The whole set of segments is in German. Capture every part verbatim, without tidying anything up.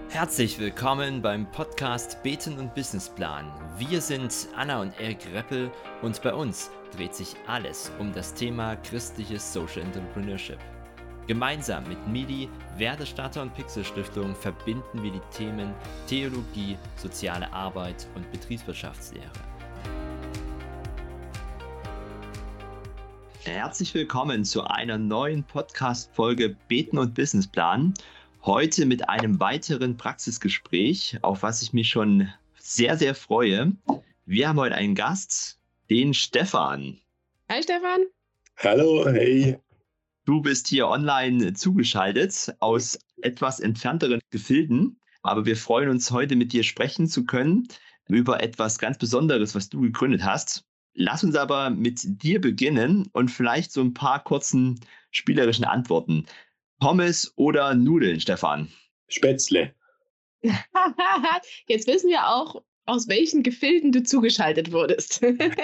Herzlich willkommen beim Podcast Beten und Businessplan. Wir sind Anna und Erik Reppel und bei uns dreht sich alles um das Thema christliches Social Entrepreneurship. Gemeinsam mit Midi, Werdestarter und Pixel Stiftung verbinden wir die Themen Theologie, soziale Arbeit und Betriebswirtschaftslehre. Herzlich willkommen zu einer neuen Podcast-Folge Beten und Businessplan. Heute mit einem weiteren Praxisgespräch, auf was ich mich schon sehr, sehr freue. Wir haben heute einen Gast, den Stefan. Hi Stefan. Hallo, hey. Du bist hier online zugeschaltet aus etwas entfernteren Gefilden, aber wir freuen uns heute mit dir sprechen zu können über etwas ganz Besonderes, was du gegründet hast. Lass uns aber mit dir beginnen und vielleicht so ein paar kurzen spielerischen Antworten. Pommes oder Nudeln, Stefan? Spätzle. Jetzt wissen wir auch, aus welchen Gefilden du zugeschaltet wurdest.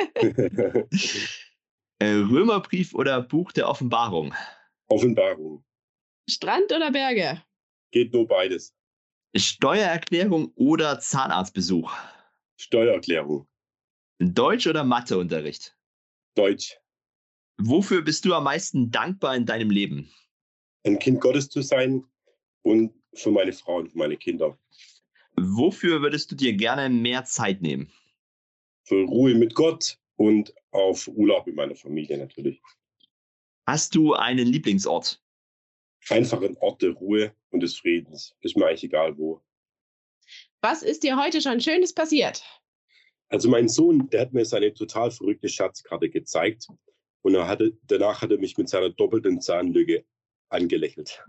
Römerbrief oder Buch der Offenbarung? Offenbarung. Strand oder Berge? Geht nur beides. Steuererklärung oder Zahnarztbesuch? Steuererklärung. Deutsch oder Matheunterricht? Deutsch. Wofür bist du am meisten dankbar in deinem Leben? Ein Kind Gottes zu sein und für meine Frau und für meine Kinder. Wofür würdest du dir gerne mehr Zeit nehmen? Für Ruhe mit Gott und auf Urlaub mit meiner Familie natürlich. Hast du einen Lieblingsort? Einfach ein Ort der Ruhe und des Friedens. Ist mir eigentlich egal wo. Was ist dir heute schon Schönes passiert? Also mein Sohn, der hat mir seine total verrückte Schatzkarte gezeigt. Und er hatte, danach hat er mich mit seiner doppelten Zahnlücke angelächelt.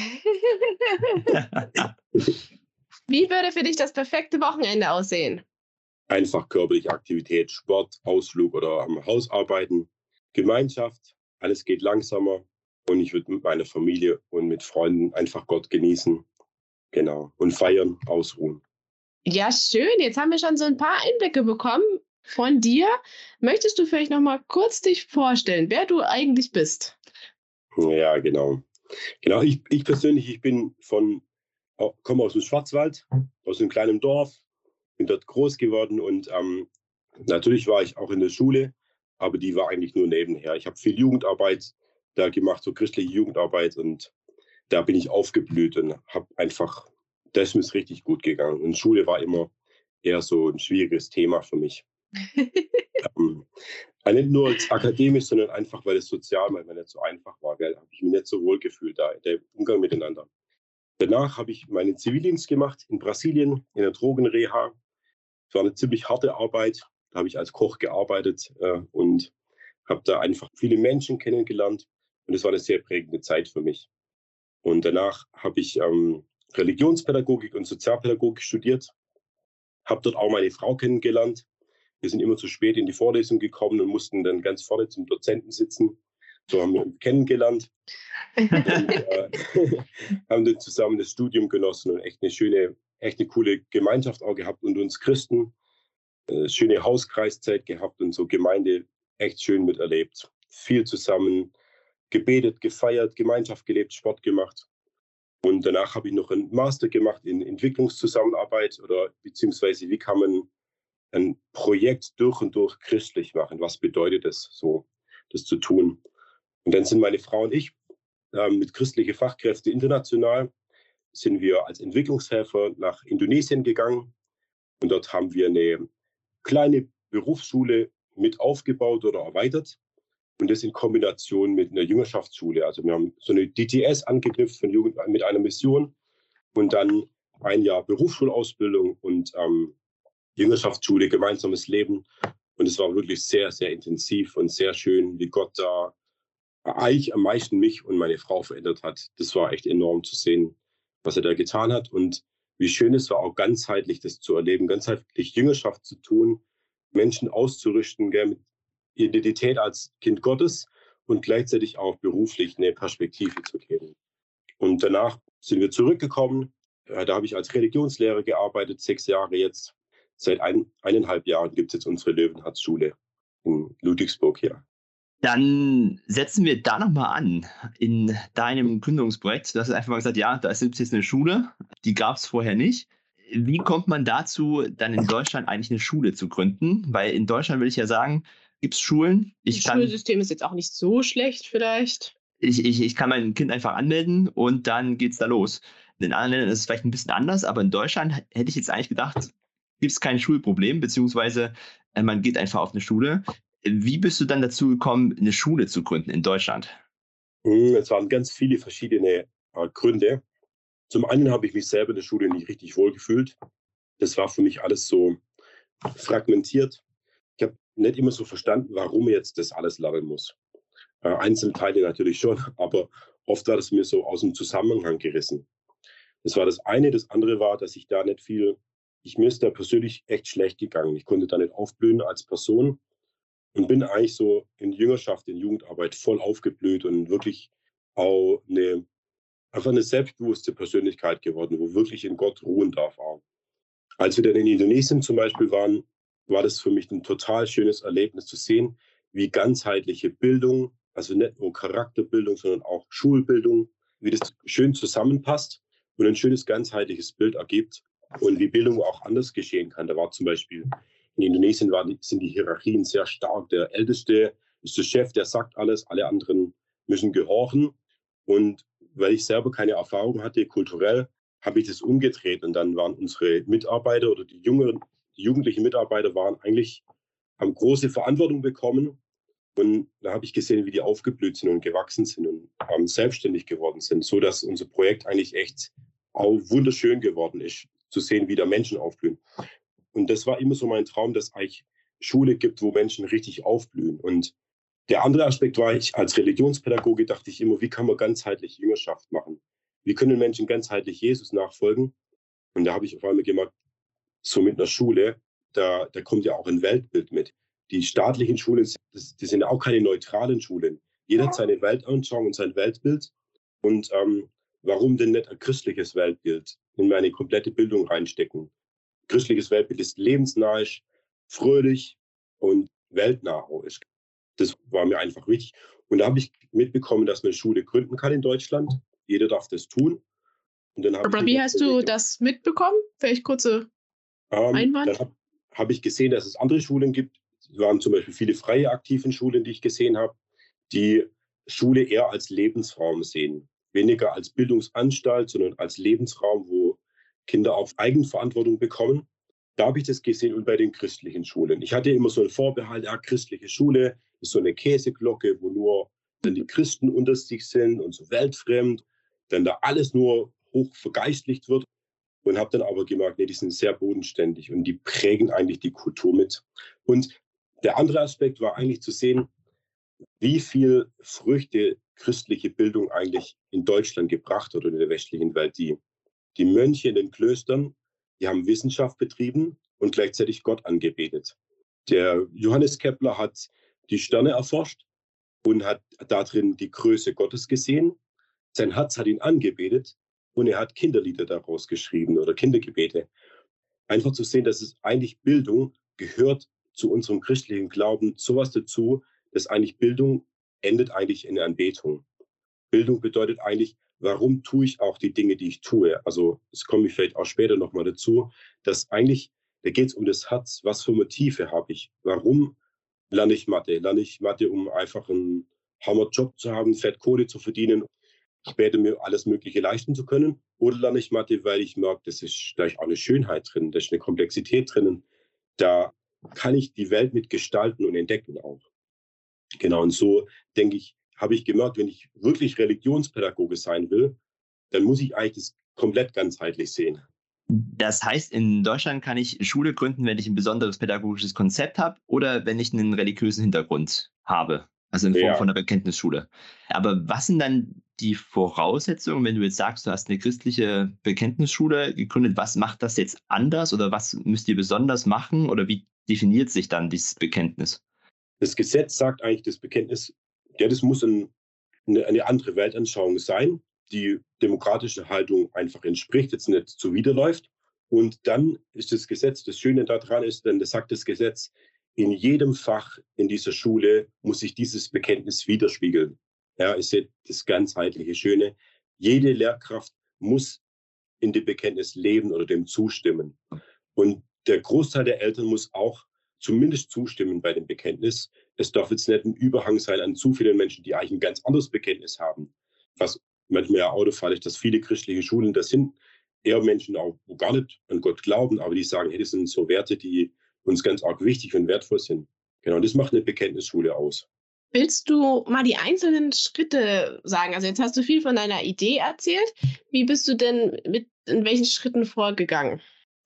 Wie würde für dich das perfekte Wochenende aussehen? Einfach körperliche Aktivität, Sport, Ausflug oder am Haus arbeiten, Gemeinschaft, alles geht langsamer und ich würde mit meiner Familie und mit Freunden einfach Gott genießen, genau, und feiern, ausruhen. Ja, schön. Jetzt haben wir schon so ein paar Einblicke bekommen von dir. Möchtest du vielleicht noch mal kurz dich vorstellen, wer du eigentlich bist? Ja, genau. Genau, ich, ich persönlich, ich bin von, komme aus dem Schwarzwald, aus einem kleinen Dorf, bin dort groß geworden und ähm, natürlich war ich auch in der Schule, aber die war eigentlich nur nebenher. Ich habe viel Jugendarbeit da gemacht, so christliche Jugendarbeit und da bin ich aufgeblüht und habe einfach, das ist mir richtig gut gegangen. Und Schule war immer eher so ein schwieriges Thema für mich. ähm, nicht nur als akademisch, sondern einfach, weil es sozial manchmal nicht so einfach war. Da habe ich mich nicht so wohl gefühlt, da, der Umgang miteinander. Danach habe ich meinen Zivildienst gemacht in Brasilien, in der Drogenreha. Es war eine ziemlich harte Arbeit. Da habe ich als Koch gearbeitet äh, und habe da einfach viele Menschen kennengelernt. Und es war eine sehr prägende Zeit für mich. Und danach habe ich ähm, Religionspädagogik und Sozialpädagogik studiert. Habe dort auch meine Frau kennengelernt. Wir sind immer zu spät in die Vorlesung gekommen und mussten dann ganz vorne zum Dozenten sitzen. So haben wir uns kennengelernt. und, äh, haben dann zusammen das Studium genossen und echt eine schöne, echt eine coole Gemeinschaft auch gehabt und uns Christen. Äh, schöne Hauskreiszeit gehabt und so Gemeinde echt schön miterlebt. Viel zusammen gebetet, gefeiert, Gemeinschaft gelebt, Sport gemacht. Und danach habe ich noch einen Master gemacht in Entwicklungszusammenarbeit oder beziehungsweise wie kann man ein Projekt durch und durch christlich machen. Was bedeutet es, so das zu tun? Und dann sind meine Frau und ich äh, mit christlichen Fachkräften international sind wir als Entwicklungshelfer nach Indonesien gegangen und dort haben wir eine kleine Berufsschule mit aufgebaut oder erweitert und das in Kombination mit einer Jüngerschaftsschule. Also wir haben so eine D T S angeknüpft von Jugend mit einer Mission und dann ein Jahr Berufsschulausbildung und ähm, Jüngerschaftsschule, gemeinsames Leben. Und es war wirklich sehr, sehr intensiv und sehr schön, wie Gott da eigentlich am meisten mich und meine Frau verändert hat. Das war echt enorm zu sehen, was er da getan hat. Und wie schön es war, auch ganzheitlich das zu erleben, ganzheitlich Jüngerschaft zu tun, Menschen auszurüsten, gell, mit Identität als Kind Gottes und gleichzeitig auch beruflich eine Perspektive zu geben. Und danach sind wir zurückgekommen. Da habe ich als Religionslehrer gearbeitet, sechs Jahre jetzt. Seit ein, eineinhalb Jahren gibt es jetzt unsere Löwenherz-Schule in Ludwigsburg hier. Dann setzen wir da nochmal an in deinem Gründungsprojekt. Du hast einfach mal gesagt, ja, da ist jetzt eine Schule, die gab es vorher nicht. Wie kommt man dazu, dann in Deutschland eigentlich eine Schule zu gründen? Weil in Deutschland will ich ja sagen, gibt es Schulen. Ich Das kann, Schulsystem ist jetzt auch nicht so schlecht vielleicht. ich, ich, ich kann mein Kind einfach anmelden und dann geht's da los. In anderen Ländern ist es vielleicht ein bisschen anders, aber in Deutschland hätte ich jetzt eigentlich gedacht, gibt es kein Schulproblem, beziehungsweise äh, man geht einfach auf eine Schule. Wie bist du dann dazu gekommen, eine Schule zu gründen in Deutschland? Hm, Es waren ganz viele verschiedene äh, Gründe. Zum einen habe ich mich selber in der Schule nicht richtig wohl gefühlt. Das war für mich alles so fragmentiert. Ich habe nicht immer so verstanden, warum ich jetzt das alles lernen muss. Äh, einzelne Teile natürlich schon, aber oft war das mir so aus dem Zusammenhang gerissen. Das war das eine. Das andere war, dass ich da nicht viel, ich mir ist da persönlich echt schlecht gegangen. Ich konnte da nicht aufblühen als Person und bin eigentlich so in Jüngerschaft, in Jugendarbeit voll aufgeblüht und wirklich auch eine, einfach eine selbstbewusste Persönlichkeit geworden, wo wirklich in Gott ruhen darf auch. Als wir dann in Indonesien zum Beispiel waren, war das für mich ein total schönes Erlebnis zu sehen, wie ganzheitliche Bildung, also nicht nur Charakterbildung, sondern auch Schulbildung, wie das schön zusammenpasst und ein schönes ganzheitliches Bild ergibt und wie Bildung auch anders geschehen kann. Da war zum Beispiel in Indonesien war, sind die Hierarchien sehr stark. Der Älteste ist der Chef, der sagt alles, alle anderen müssen gehorchen. Und weil ich selber keine Erfahrung hatte, kulturell, habe ich das umgedreht. Und dann waren unsere Mitarbeiter oder die, jüngeren, die jugendlichen Mitarbeiter waren eigentlich, haben große Verantwortung bekommen. Und da habe ich gesehen, wie die aufgeblüht sind und gewachsen sind und ähm, selbstständig geworden sind, so dass unser Projekt eigentlich echt auch wunderschön geworden ist, zu sehen, wie da Menschen aufblühen. Und das war immer so mein Traum, dass es eigentlich Schule gibt, wo Menschen richtig aufblühen. Und der andere Aspekt war, ich als Religionspädagoge dachte ich immer, wie kann man ganzheitlich Jüngerschaft machen? Wie können Menschen ganzheitlich Jesus nachfolgen? Und da habe ich auf einmal gemerkt, so mit einer Schule, da, da kommt ja auch ein Weltbild mit. Die staatlichen Schulen, das, die sind ja auch keine neutralen Schulen. Jeder hat seine Weltanschauung und sein Weltbild. Und ähm, warum denn nicht ein christliches Weltbild in meine komplette Bildung reinstecken? Christliches Weltbild ist lebensnah, ist fröhlich und weltnah ist. Das war mir einfach wichtig. Und da habe ich mitbekommen, dass man eine Schule gründen kann in Deutschland. Jeder darf das tun. Und dann Aber wie hast du das mitbekommen? Vielleicht kurze ähm, Einwand? Dann habe hab ich gesehen, dass es andere Schulen gibt. Es waren zum Beispiel viele freie aktiven Schulen, die ich gesehen habe, die Schule eher als Lebensraum sehen. Weniger als Bildungsanstalt, sondern als Lebensraum, wo Kinder auch Eigenverantwortung bekommen. Da habe ich das gesehen und bei den christlichen Schulen. Ich hatte immer so einen Vorbehalt, ja, christliche Schule ist so eine Käseglocke, wo nur dann die Christen unter sich sind und so weltfremd, dann da alles nur hoch vergeistlicht wird. Und habe dann aber gemerkt, nee, die sind sehr bodenständig und die prägen eigentlich die Kultur mit. Und der andere Aspekt war eigentlich zu sehen, wie viel Früchte christliche Bildung eigentlich in Deutschland gebracht hat oder in der westlichen Welt. Die, die Mönche in den Klöstern, die haben Wissenschaft betrieben und gleichzeitig Gott angebetet. Der Johannes Kepler hat die Sterne erforscht und hat darin die Größe Gottes gesehen. Sein Herz hat ihn angebetet und er hat Kinderlieder daraus geschrieben oder Kindergebete. Einfach zu sehen, dass es eigentlich Bildung gehört zu unserem christlichen Glauben sowas dazu, dass eigentlich Bildung endet eigentlich in Anbetung. Bildung bedeutet eigentlich, warum tue ich auch die Dinge, die ich tue? Also das komme ich vielleicht auch später nochmal dazu, dass eigentlich, da geht es um das Herz, was für Motive habe ich? Warum lerne ich Mathe? Lerne ich Mathe, um einfach einen Hammerjob zu haben, fett Kohle zu verdienen, später mir alles Mögliche leisten zu können? Oder lerne ich Mathe, weil ich merke, das ist gleich auch eine Schönheit drin, da ist eine Komplexität drinnen. Da kann ich die Welt mit gestalten und entdecken auch. Genau, und so denke ich, habe ich gemerkt, wenn ich wirklich Religionspädagoge sein will, dann muss ich eigentlich das komplett ganzheitlich sehen. Das heißt, in Deutschland kann ich Schule gründen, wenn ich ein besonderes pädagogisches Konzept habe oder wenn ich einen religiösen Hintergrund habe, also in Form Ja. von einer Bekenntnisschule. Aber was sind dann die Voraussetzungen, wenn du jetzt sagst, du hast eine christliche Bekenntnisschule gegründet, was macht das jetzt anders oder was müsst ihr besonders machen oder wie definiert sich dann dieses Bekenntnis? Das Gesetz sagt eigentlich, das Bekenntnis, ja, das muss ein, eine, eine andere Weltanschauung sein, die demokratische Haltung einfach entspricht, jetzt nicht zuwiderläuft. Und dann ist das Gesetz, das Schöne daran ist, denn das sagt das Gesetz, in jedem Fach in dieser Schule muss sich dieses Bekenntnis widerspiegeln. Ja, ist ja das ganzheitliche Schöne. Jede Lehrkraft muss in dem Bekenntnis leben oder dem zustimmen. Und der Großteil der Eltern muss auch zumindest zustimmen bei dem Bekenntnis. Es darf jetzt nicht ein Überhang sein an zu vielen Menschen, die eigentlich ein ganz anderes Bekenntnis haben. Was manchmal ja auch der Fall ist, dass viele christliche Schulen, das sind eher Menschen, auch, wo gar nicht an Gott glauben, aber die sagen, hey, das sind so Werte, die uns ganz arg wichtig und wertvoll sind. Genau, das macht eine Bekenntnisschule aus. Willst du mal die einzelnen Schritte sagen? Also jetzt hast du viel von deiner Idee erzählt. Wie bist du denn mit in welchen Schritten vorgegangen?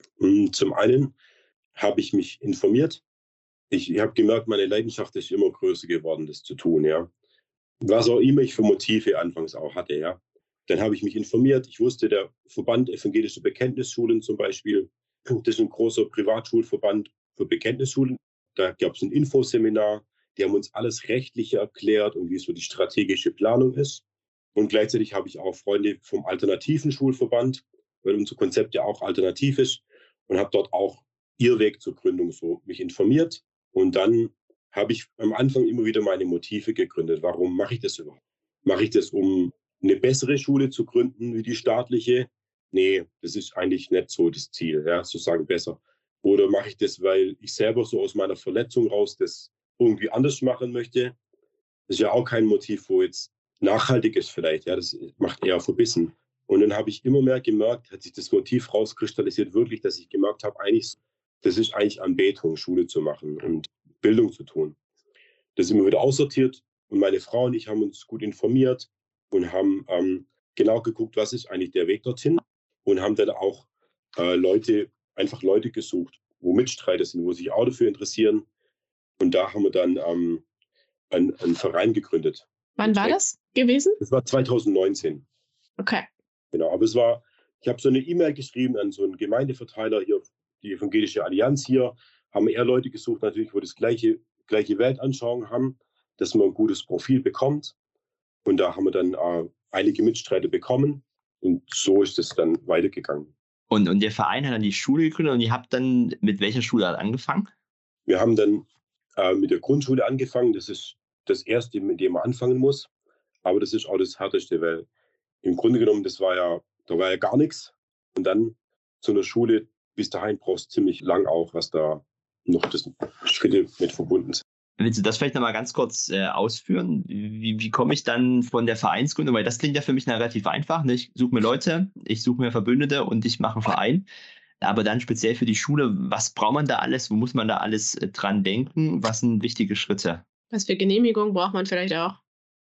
Zum einen habe ich mich informiert. Ich, ich habe gemerkt, meine Leidenschaft ist immer größer geworden, das zu tun, ja. Was auch immer ich für Motive anfangs auch hatte, ja. Dann habe ich mich informiert. Ich wusste, der Verband Evangelische Bekenntnisschulen zum Beispiel, das ist ein großer Privatschulverband für Bekenntnisschulen. Da gab es ein Infoseminar. Die haben uns alles Rechtliche erklärt und wie so die strategische Planung ist. Und gleichzeitig habe ich auch Freunde vom Alternativen Schulverband, weil unser Konzept ja auch alternativ ist, und habe dort auch ihr Weg zur Gründung so mich informiert. Und dann habe ich am Anfang immer wieder meine Motive gegründet. Warum mache ich das überhaupt? Mache ich das, um eine bessere Schule zu gründen wie die staatliche? Nee, das ist eigentlich nicht so das Ziel, ja, sozusagen besser. Oder mache ich das, weil ich selber so aus meiner Verletzung raus das irgendwie anders machen möchte? Das ist ja auch kein Motiv, wo jetzt nachhaltig ist vielleicht. Ja, das macht eher verbissen. Und dann habe ich immer mehr gemerkt, hat sich das Motiv rauskristallisiert, wirklich, dass ich gemerkt habe, eigentlich, das ist eigentlich Anbetung, Schule zu machen und Bildung zu tun. Das ist immer wieder aussortiert und meine Frau und ich haben uns gut informiert und haben ähm, genau geguckt, was ist eigentlich der Weg dorthin, und haben dann auch äh, Leute, einfach Leute gesucht, wo Mitstreiter sind, wo sich auch dafür interessieren. Und da haben wir dann ähm, einen, einen Verein gegründet. Wann war das gewesen? Das war zwanzig neunzehn. Okay. Genau, aber es war, ich habe so eine E-Mail geschrieben an so einen Gemeindeverteiler hier, die Evangelische Allianz hier, haben eher Leute gesucht, natürlich, wo das gleiche, gleiche Weltanschauung haben, dass man ein gutes Profil bekommt. Und da haben wir dann äh, einige Mitstreiter bekommen und so ist es dann weitergegangen. Und, und der Verein hat dann die Schule gegründet und ihr habt dann mit welcher Schule angefangen? Wir haben dann äh, mit der Grundschule angefangen. Das ist das Erste, mit dem man anfangen muss. Aber das ist auch das Härteste, weil im Grunde genommen, das war ja, da war ja gar nichts. Und dann zu einer Schule, bis dahin brauchst du ziemlich lang auch, was da noch das Schritte mit verbunden sind. Willst du das vielleicht nochmal ganz kurz äh, ausführen? Wie, wie komme ich dann von der Vereinsgründung? Weil das klingt ja für mich relativ einfach. Ne? Ich suche mir Leute, ich suche mir Verbündete und ich mache einen Verein. Aber dann speziell für die Schule, was braucht man da alles? Wo muss man da alles äh, dran denken? Was sind wichtige Schritte? Was für Genehmigung braucht man vielleicht auch?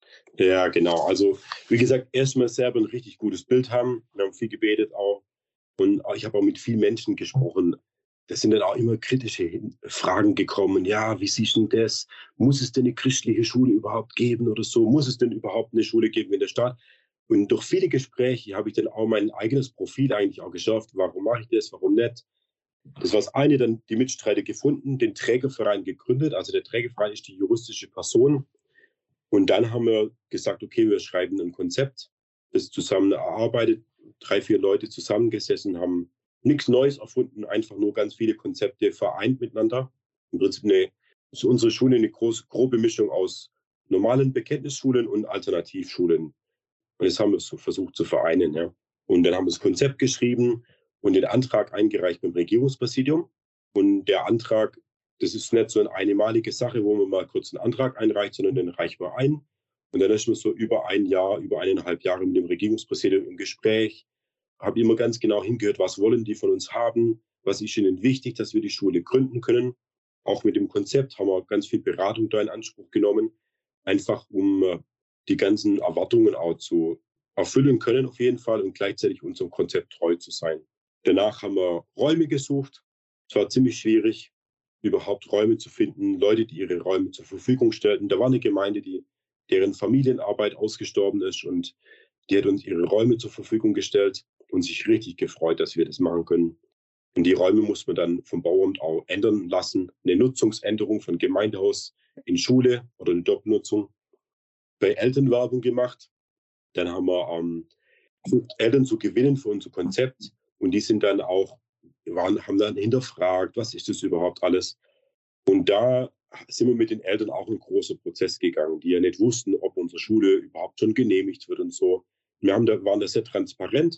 Ja, genau. Also, wie gesagt, erstmal selber ein richtig gutes Bild haben. Wir haben viel gebetet auch. Und ich habe auch mit vielen Menschen gesprochen. Das sind dann auch immer kritische Fragen gekommen. Ja, wie siehst du das? Muss es denn eine christliche Schule überhaupt geben oder so? Muss es denn überhaupt eine Schule geben in der Stadt? Und durch viele Gespräche habe ich dann auch mein eigenes Profil eigentlich auch geschafft. Warum mache ich das? Warum nicht? Das war das eine, dann die Mitstreiter gefunden, den Trägerverein gegründet. Also der Trägerverein ist die juristische Person. Und dann haben wir gesagt, okay, wir schreiben ein Konzept, das zusammen erarbeitet, drei, vier Leute zusammengesessen, haben nichts Neues erfunden, einfach nur ganz viele Konzepte vereint miteinander. Im Prinzip eine, ist unsere Schule eine große, grobe Mischung aus normalen Bekenntnisschulen und Alternativschulen. Und das haben wir so versucht zu vereinen. Ja. Und dann haben wir das Konzept geschrieben und den Antrag eingereicht beim Regierungspräsidium. Und der Antrag, das ist nicht so eine einmalige Sache, wo man mal kurz einen Antrag einreicht, sondern den reicht man ein. Und dann ist man so über ein Jahr, über eineinhalb Jahre mit dem Regierungspräsidium im Gespräch. Habe immer ganz genau hingehört, was wollen die von uns haben, was ist ihnen wichtig, dass wir die Schule gründen können. Auch mit dem Konzept haben wir ganz viel Beratung da in Anspruch genommen, einfach um die ganzen Erwartungen auch zu erfüllen können auf jeden Fall und gleichzeitig unserem Konzept treu zu sein. Danach haben wir Räume gesucht. Es war ziemlich schwierig, überhaupt Räume zu finden, Leute, die ihre Räume zur Verfügung stellten. Da war eine Gemeinde, die, deren Familienarbeit ausgestorben ist, und die hat uns ihre Räume zur Verfügung gestellt und sich richtig gefreut, dass wir das machen können. Und die Räume muss man dann vom Bauamt auch ändern lassen. Eine Nutzungsänderung von Gemeindehaus in Schule oder eine Doppelnutzung. Bei Eltern Werbung gemacht. Dann haben wir ähm, versucht, Eltern zu gewinnen für unser Konzept. Und die sind dann auch, waren, haben dann hinterfragt, was ist das überhaupt alles? Und da sind wir mit den Eltern auch einen großen Prozess gegangen, die ja nicht wussten, ob unsere Schule überhaupt schon genehmigt wird und so. Wir haben da, waren da sehr transparent,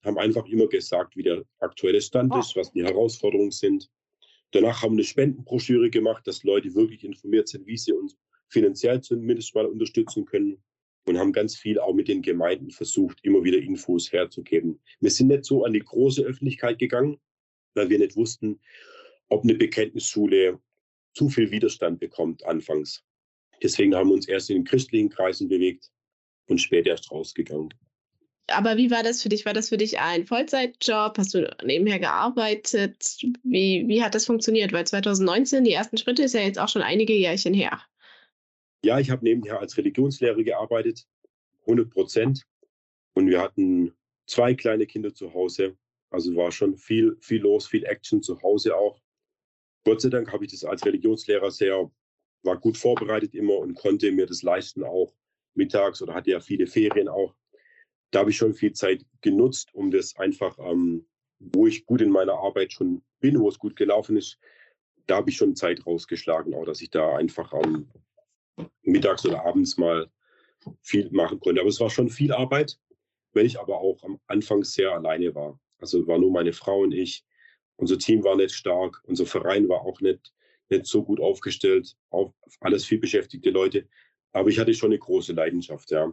haben einfach immer gesagt, wie der aktuelle Stand Oh. ist, was die Herausforderungen sind. Danach haben wir eine Spendenbroschüre gemacht, dass Leute wirklich informiert sind, wie sie uns finanziell zumindest mal unterstützen können. Und haben ganz viel auch mit den Gemeinden versucht, immer wieder Infos herzugeben. Wir sind nicht so an die große Öffentlichkeit gegangen, weil wir nicht wussten, ob eine Bekenntnisschule zu viel Widerstand bekommt anfangs. Deswegen haben wir uns erst in den christlichen Kreisen bewegt und später erst rausgegangen. Aber wie war das für dich? War das für dich ein Vollzeitjob? Hast du nebenher gearbeitet? Wie, wie hat das funktioniert? Weil zwanzig neunzehn, die ersten Schritte, ist ja jetzt auch schon einige Jährchen her. Ja, ich habe nebenher als Religionslehrer gearbeitet, hundert Prozent. Und wir hatten zwei kleine Kinder zu Hause. Also war schon viel, viel los, viel Action zu Hause auch. Gott sei Dank habe ich das als Religionslehrer sehr, war gut vorbereitet immer und konnte mir das leisten, auch mittags oder hatte ja viele Ferien auch. Da habe ich schon viel Zeit genutzt, um das einfach, ähm, wo ich gut in meiner Arbeit schon bin, wo es gut gelaufen ist, da habe ich schon Zeit rausgeschlagen, auch dass ich da einfach ähm, mittags oder abends mal viel machen konnte. Aber es war schon viel Arbeit, weil ich aber auch am Anfang sehr alleine war. Also war nur meine Frau und ich. Unser Team war nicht stark, unser Verein war auch nicht, nicht so gut aufgestellt, auch alles viel beschäftigte Leute. Aber ich hatte schon eine große Leidenschaft, ja.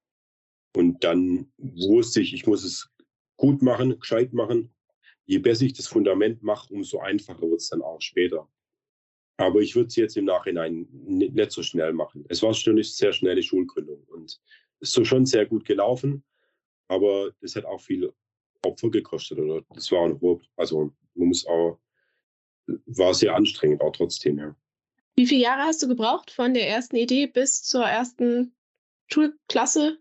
Und dann wusste ich, ich muss es gut machen, gescheit machen. Je besser ich das Fundament mache, umso einfacher wird es dann auch später. Aber ich würde es jetzt im Nachhinein nicht, nicht so schnell machen. Es war schon eine sehr schnelle Schulgründung und es ist so schon sehr gut gelaufen, aber das hat auch viel Opfer gekostet. Oder das war ein hoher, also man muss auch, war sehr anstrengend auch trotzdem, ja. Wie viele Jahre hast du gebraucht von der ersten Idee bis zur ersten Schulklasse?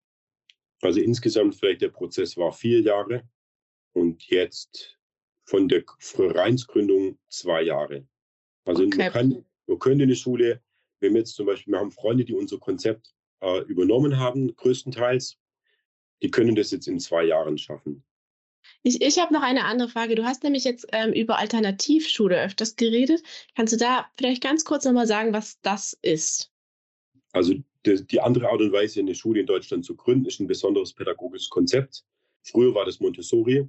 Also insgesamt vielleicht der Prozess war vier Jahre und jetzt von der Vereinsgründung zwei Jahre. Also Okay. man, kann, man könnte eine Schule, wenn wir jetzt zum Beispiel, wir haben Freunde, die unser Konzept äh, übernommen haben, größtenteils, die können das jetzt in zwei Jahren schaffen. Ich, ich habe noch eine andere Frage. Du hast nämlich jetzt ähm, über Alternativschule öfters geredet. Kannst du da vielleicht ganz kurz nochmal sagen, was das ist? Also die, die andere Art und Weise, eine Schule in Deutschland zu gründen, ist ein besonderes pädagogisches Konzept. Früher war das Montessori.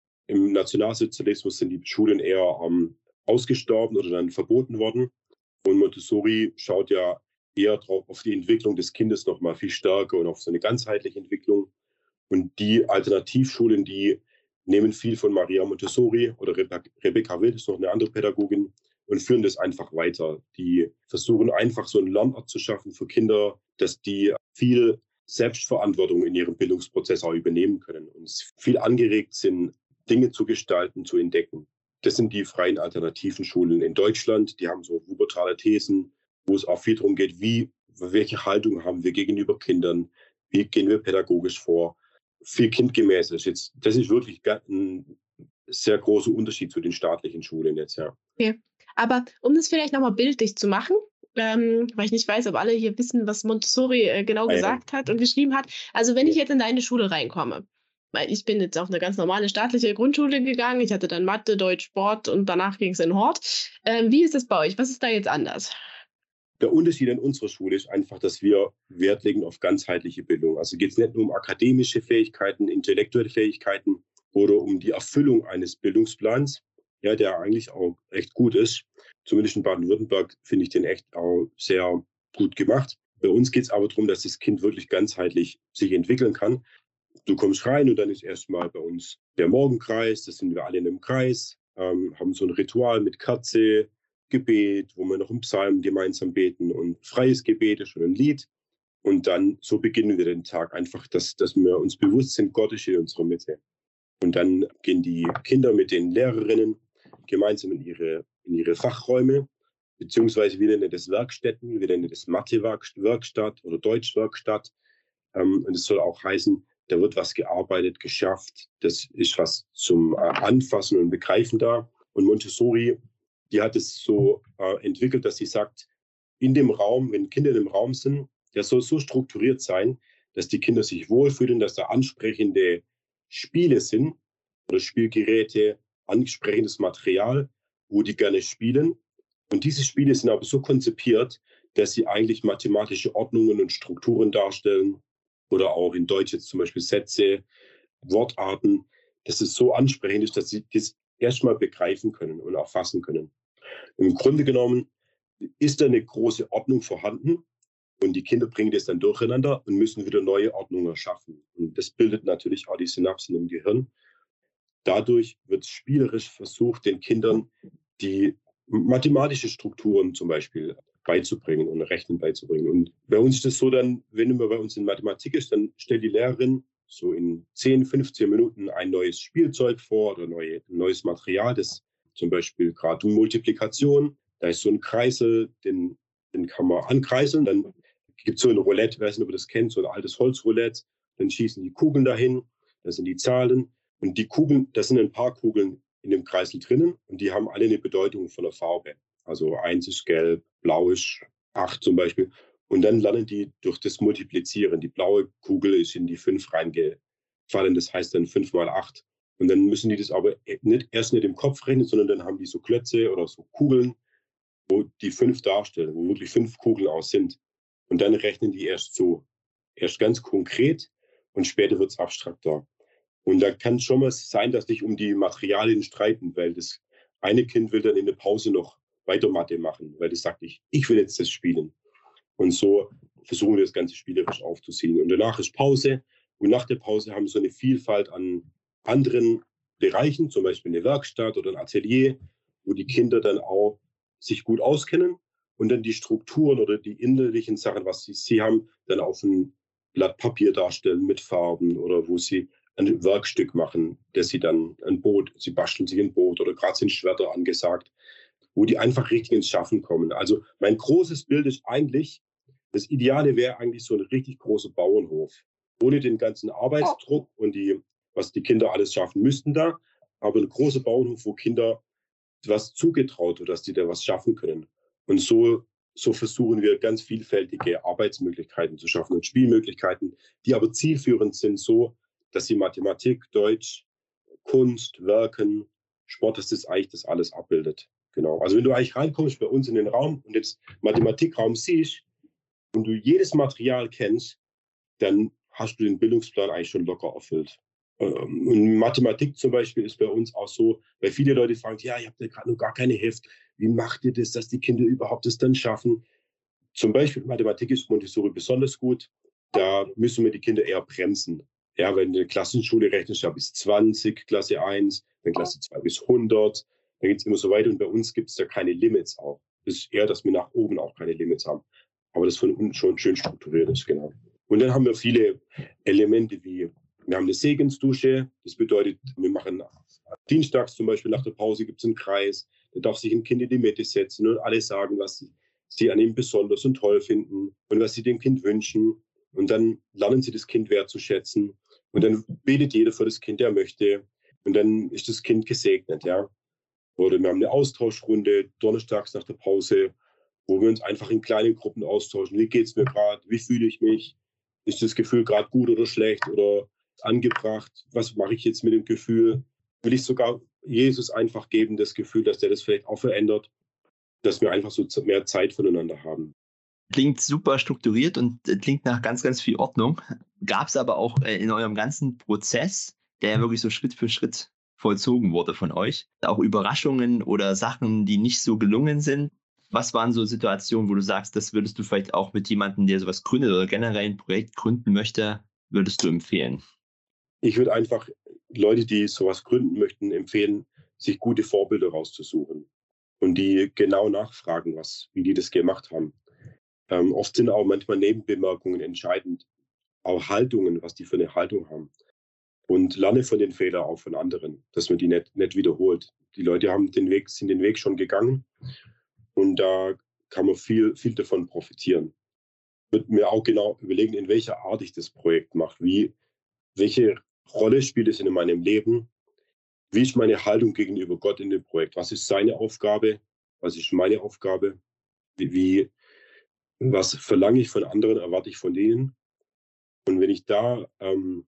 Im Nationalsozialismus sind die Schulen eher ähm, ausgestorben oder dann verboten worden. Und Montessori schaut ja eher drauf auf die Entwicklung des Kindes noch mal viel stärker und auf so eine ganzheitliche Entwicklung. Und die Alternativschulen, die nehmen viel von Maria Montessori oder Rebe- Rebecca Wild, ist noch eine andere Pädagogin, und führen das einfach weiter. Die versuchen einfach so einen Lernort zu schaffen für Kinder, dass die viel Selbstverantwortung in ihrem Bildungsprozess auch übernehmen können und viel angeregt sind, Dinge zu gestalten, zu entdecken. Das sind die freien alternativen Schulen in Deutschland. Die haben so Wuppertaler Thesen, wo es auch viel darum geht, wie, welche Haltung haben wir gegenüber Kindern, wie gehen wir pädagogisch vor. Viel kindgemäß ist jetzt, das ist wirklich ein sehr großer Unterschied zu den staatlichen Schulen jetzt, ja. Okay. Aber um das vielleicht nochmal bildlich zu machen, ähm, weil ich nicht weiß, ob alle hier wissen, was Montessori äh, genau Ah, ja. gesagt hat und geschrieben hat. Also wenn ich jetzt in deine Schule reinkomme, weil ich bin jetzt auf eine ganz normale staatliche Grundschule gegangen, ich hatte dann Mathe, Deutsch, Sport und danach ging es in Hort. Ähm, wie ist das bei euch? Was ist da jetzt anders? Der Unterschied an unserer Schule ist einfach, dass wir Wert legen auf ganzheitliche Bildung. Also geht es nicht nur um akademische Fähigkeiten, intellektuelle Fähigkeiten oder um die Erfüllung eines Bildungsplans, ja, der eigentlich auch echt gut ist. Zumindest in Baden-Württemberg finde ich den echt auch sehr gut gemacht. Bei uns geht es aber darum, dass das Kind wirklich ganzheitlich sich entwickeln kann. Du kommst rein und dann ist erstmal bei uns der Morgenkreis, das sind wir alle in einem Kreis, ähm, haben so ein Ritual mit Kerze, Gebet, wo wir noch einen Psalm gemeinsam beten und freies Gebet ist schon ein Lied. Und dann so beginnen wir den Tag einfach, dass, dass wir uns bewusst sind, Gott ist in unserer Mitte. Und dann gehen die Kinder mit den Lehrerinnen gemeinsam in ihre, in ihre Fachräume, beziehungsweise wir nennen das Werkstätten, wir nennen das Mathe-Werkstatt oder Deutsch-Werkstatt. Ähm, und es soll auch heißen, da wird was gearbeitet, geschafft, das ist was zum äh, Anfassen und Begreifen da. Und Montessori, die hat es so äh, entwickelt, dass sie sagt, in dem Raum, wenn Kinder im Raum sind, der soll so strukturiert sein, dass die Kinder sich wohlfühlen, dass da ansprechende Spiele sind oder Spielgeräte, ansprechendes Material, wo die gerne spielen. Und diese Spiele sind aber so konzipiert, dass sie eigentlich mathematische Ordnungen und Strukturen darstellen oder auch in Deutsch jetzt zum Beispiel Sätze, Wortarten, dass es so ansprechend ist, dass sie das erstmal begreifen können und erfassen können. Im Grunde genommen ist da eine große Ordnung vorhanden und die Kinder bringen das dann durcheinander und müssen wieder neue Ordnungen schaffen. Und das bildet natürlich auch die Synapsen im Gehirn. Dadurch wird spielerisch versucht, den Kindern die mathematische Strukturen zum Beispiel beizubringen und Rechnen beizubringen. Und bei uns ist es so dann, wenn man bei uns in Mathematik ist, dann stellt die Lehrerin so in zehn, fünfzehn Minuten ein neues Spielzeug vor oder neue, ein neues Material, das zum Beispiel gerade Multiplikation, da ist so ein Kreisel, den, den kann man ankreiseln, dann gibt es so ein Roulette, ich weiß nicht, ob ihr das kennt, so ein altes Holzroulette, dann schießen die Kugeln dahin, da sind die Zahlen und die Kugeln, da sind ein paar Kugeln in dem Kreisel drinnen und die haben alle eine Bedeutung von der Farbe. Also eins ist gelb, blau ist acht zum Beispiel. Und dann lernen die durch das Multiplizieren. Die blaue Kugel ist in die fünf reingefallen, das heißt dann fünf mal acht. Und dann müssen die das aber nicht, erst nicht im Kopf rechnen, sondern dann haben die so Klötze oder so Kugeln, wo die fünf darstellen, wo wirklich fünf Kugeln aus sind. Und dann rechnen die erst so, erst ganz konkret und später wird es abstrakter. Und da kann schon mal sein, dass sich um die Materialien streiten, weil das eine Kind will dann in der Pause noch weiter Mathe machen, weil das sagt, ich, ich will jetzt das spielen. Und so versuchen wir das Ganze spielerisch aufzuziehen. Und danach ist Pause. Und nach der Pause haben wir so eine Vielfalt an anderen Bereichen, zum Beispiel eine Werkstatt oder ein Atelier, wo die Kinder dann auch sich gut auskennen und dann die Strukturen oder die innerlichen Sachen, was sie, sie haben, dann auf ein Blatt Papier darstellen mit Farben oder wo sie ein Werkstück machen, dass sie dann ein Boot, sie basteln sich ein Boot oder gerade sind Schwerter angesagt, wo die einfach richtig ins Schaffen kommen. Also mein großes Bild ist eigentlich, das Ideale wäre eigentlich so ein richtig großer Bauernhof, ohne den ganzen Arbeitsdruck und die, was die Kinder alles schaffen müssten da, aber ein großer Bauernhof, wo Kinder was zugetraut wird, dass die da was schaffen können. Und so, so versuchen wir ganz vielfältige Arbeitsmöglichkeiten zu schaffen und Spielmöglichkeiten, die aber zielführend sind, so, dass sie Mathematik, Deutsch, Kunst, Werken, Sport, dass das eigentlich das alles abbildet. Genau. Also wenn du eigentlich reinkommst bei uns in den Raum und jetzt Mathematikraum siehst und du jedes Material kennst, dann hast du den Bildungsplan eigentlich schon locker erfüllt. Und Mathematik zum Beispiel ist bei uns auch so, weil viele Leute fragen, ja, ich habe da gerade noch gar keine Heft. Wie macht ihr das, dass die Kinder überhaupt das dann schaffen? Zum Beispiel Mathematik ist Montessori besonders gut. Da müssen wir die Kinder eher bremsen. Ja, wenn in der Klassenschule rechnest du ja bis zwanzig, Klasse eins, dann Klasse zwei bis hundert, dann geht es immer so weiter. Und bei uns gibt es da keine Limits auch. Es ist eher, dass wir nach oben auch keine Limits haben. Aber das von unten schon schön strukturiert ist, genau. Und dann haben wir viele Elemente wie, wir haben eine Segensdusche. Das bedeutet, wir machen dienstags zum Beispiel nach der Pause gibt es einen Kreis. Da darf sich ein Kind in die Mitte setzen und alle sagen, was sie, sie an ihm besonders und toll finden und was sie dem Kind wünschen. Und dann lernen sie das Kind wertzuschätzen. Und dann betet jeder für das Kind, der möchte. Und dann ist das Kind gesegnet, ja. Oder wir haben eine Austauschrunde donnerstags nach der Pause, wo wir uns einfach in kleinen Gruppen austauschen. Wie geht es mir gerade? Wie fühle ich mich? Ist das Gefühl gerade gut oder schlecht oder angebracht? Was mache ich jetzt mit dem Gefühl? Will ich sogar Jesus einfach geben, das Gefühl, dass der das vielleicht auch verändert, dass wir einfach so mehr Zeit voneinander haben. Klingt super strukturiert und klingt nach ganz, ganz viel Ordnung. Gab es aber auch in eurem ganzen Prozess, der wirklich so Schritt für Schritt vollzogen wurde von euch, auch Überraschungen oder Sachen, die nicht so gelungen sind? Was waren so Situationen, wo du sagst, das würdest du vielleicht auch mit jemandem, der sowas gründet oder generell ein Projekt gründen möchte, würdest du empfehlen? Ich würde einfach Leute, die sowas gründen möchten, empfehlen, sich gute Vorbilder rauszusuchen und die genau nachfragen, was, wie die das gemacht haben. Ähm, oft sind auch manchmal Nebenbemerkungen entscheidend, auch Haltungen, was die für eine Haltung haben. Und lerne von den Fehlern auch von anderen, dass man die nicht, nicht wiederholt. Die Leute haben den Weg, sind den Weg schon gegangen und da kann man viel, viel davon profitieren. Ich würde mir auch genau überlegen, in welcher Art ich das Projekt mache. Wie, welche Rolle spielt es in meinem Leben? Wie ist meine Haltung gegenüber Gott in dem Projekt? Was ist seine Aufgabe? Was ist meine Aufgabe? Wie, wie was verlange ich von anderen, erwarte ich von denen? Und wenn ich da ähm,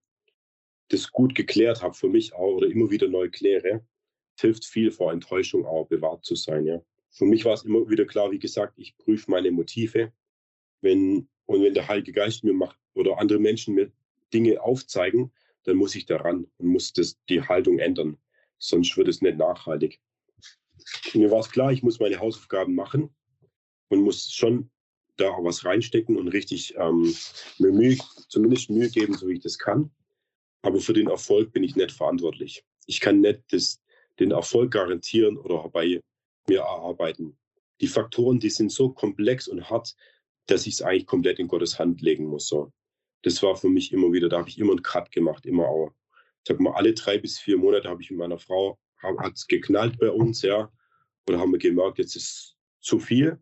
das gut geklärt habe für mich auch oder immer wieder neu kläre, hilft viel vor Enttäuschung auch bewahrt zu sein. Ja. Für mich war es immer wieder klar, wie gesagt, ich prüfe meine Motive. Wenn, und wenn der Heilige Geist mir macht oder andere Menschen mir Dinge aufzeigen, dann muss ich daran und muss das, die Haltung ändern. Sonst wird es nicht nachhaltig. Und mir war es klar, ich muss meine Hausaufgaben machen und muss schon da auch was reinstecken und richtig ähm, mir Mühe, zumindest Mühe geben, so wie ich das kann. Aber für den Erfolg bin ich nicht verantwortlich. Ich kann nicht das, den Erfolg garantieren oder bei mir erarbeiten. Die Faktoren, die sind so komplex und hart, dass ich es eigentlich komplett in Gottes Hand legen muss. So. Das war für mich immer wieder, da habe ich immer einen Cut gemacht, immer auch. Ich sag mal, alle drei bis vier Monate habe ich mit meiner Frau, hat es geknallt bei uns, ja. Oder haben wir gemerkt, jetzt ist zu viel.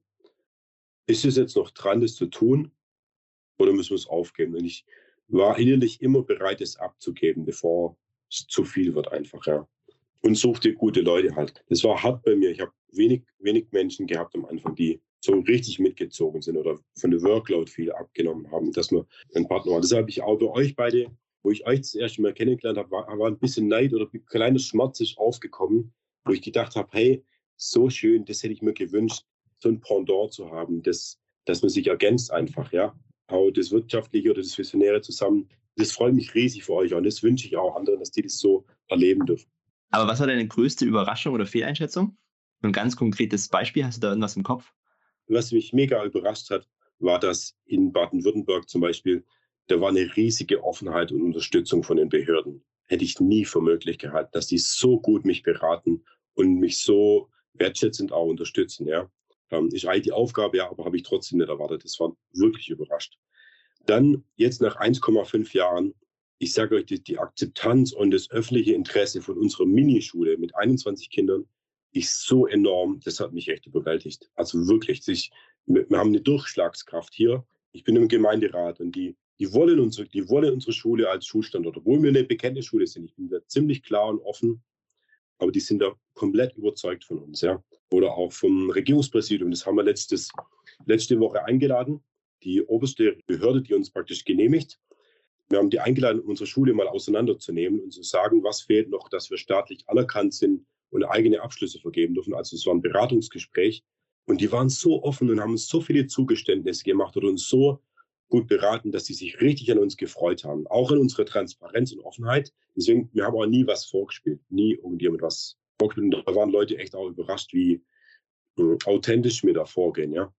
Ist es jetzt noch dran, das zu tun? Oder müssen wir es aufgeben? Und ich war innerlich immer bereit, es abzugeben, bevor es zu viel wird einfach, ja. Und suchte gute Leute halt. Das war hart bei mir. Ich habe wenig, wenig Menschen gehabt am Anfang, die so richtig mitgezogen sind oder von der Workload viel abgenommen haben, dass man ein Partner war. Deshalb habe ich auch bei euch beide, wo ich euch das erste Mal kennengelernt habe, war, war ein bisschen Neid oder ein kleiner Schmerz ist aufgekommen, wo ich gedacht habe, hey, so schön, das hätte ich mir gewünscht, so ein Pendant zu haben, das, dass man sich ergänzt einfach, ja. Auch das Wirtschaftliche oder das Visionäre zusammen. Das freut mich riesig für euch und das wünsche ich auch anderen, dass die das so erleben dürfen. Aber was war deine größte Überraschung oder Fehleinschätzung? Ein ganz konkretes Beispiel, hast du da irgendwas im Kopf? Was mich mega überrascht hat, war, dass in Baden-Württemberg zum Beispiel, da war eine riesige Offenheit und Unterstützung von den Behörden. Hätte ich nie für möglich gehalten, dass die so gut mich beraten und mich so wertschätzend auch unterstützen. Ja. Ähm, ist eigentlich die Aufgabe, ja, aber habe ich trotzdem nicht erwartet. Das war wirklich überrascht. Dann jetzt nach eins Komma fünf Jahren, ich sage euch, die, die Akzeptanz und das öffentliche Interesse von unserer Minischule mit einundzwanzig Kindern ist so enorm, das hat mich echt überwältigt. Also wirklich, sich, wir haben eine Durchschlagskraft hier. Ich bin im Gemeinderat und die, die, wollen unsere, die wollen unsere Schule als Schulstandort, obwohl wir eine bekannte Schule sind. Ich bin da ziemlich klar und offen, aber die sind da komplett überzeugt von uns. Ja. Oder auch vom Regierungspräsidium, das haben wir letztes, letzte Woche eingeladen, die oberste Behörde, die uns praktisch genehmigt. Wir haben die eingeladen, unsere Schule mal auseinanderzunehmen und zu sagen, was fehlt noch, dass wir staatlich anerkannt sind und eigene Abschlüsse vergeben dürfen. Also es war ein Beratungsgespräch. Und die waren so offen und haben uns so viele Zugeständnisse gemacht oder uns so gut beraten, dass sie sich richtig an uns gefreut haben. Auch an unsere Transparenz und Offenheit. Deswegen, wir haben auch nie was vorgespielt. Nie irgendjemand was vorgespielt. Und da waren Leute echt auch überrascht, wie äh, authentisch wir da vorgehen. Ja?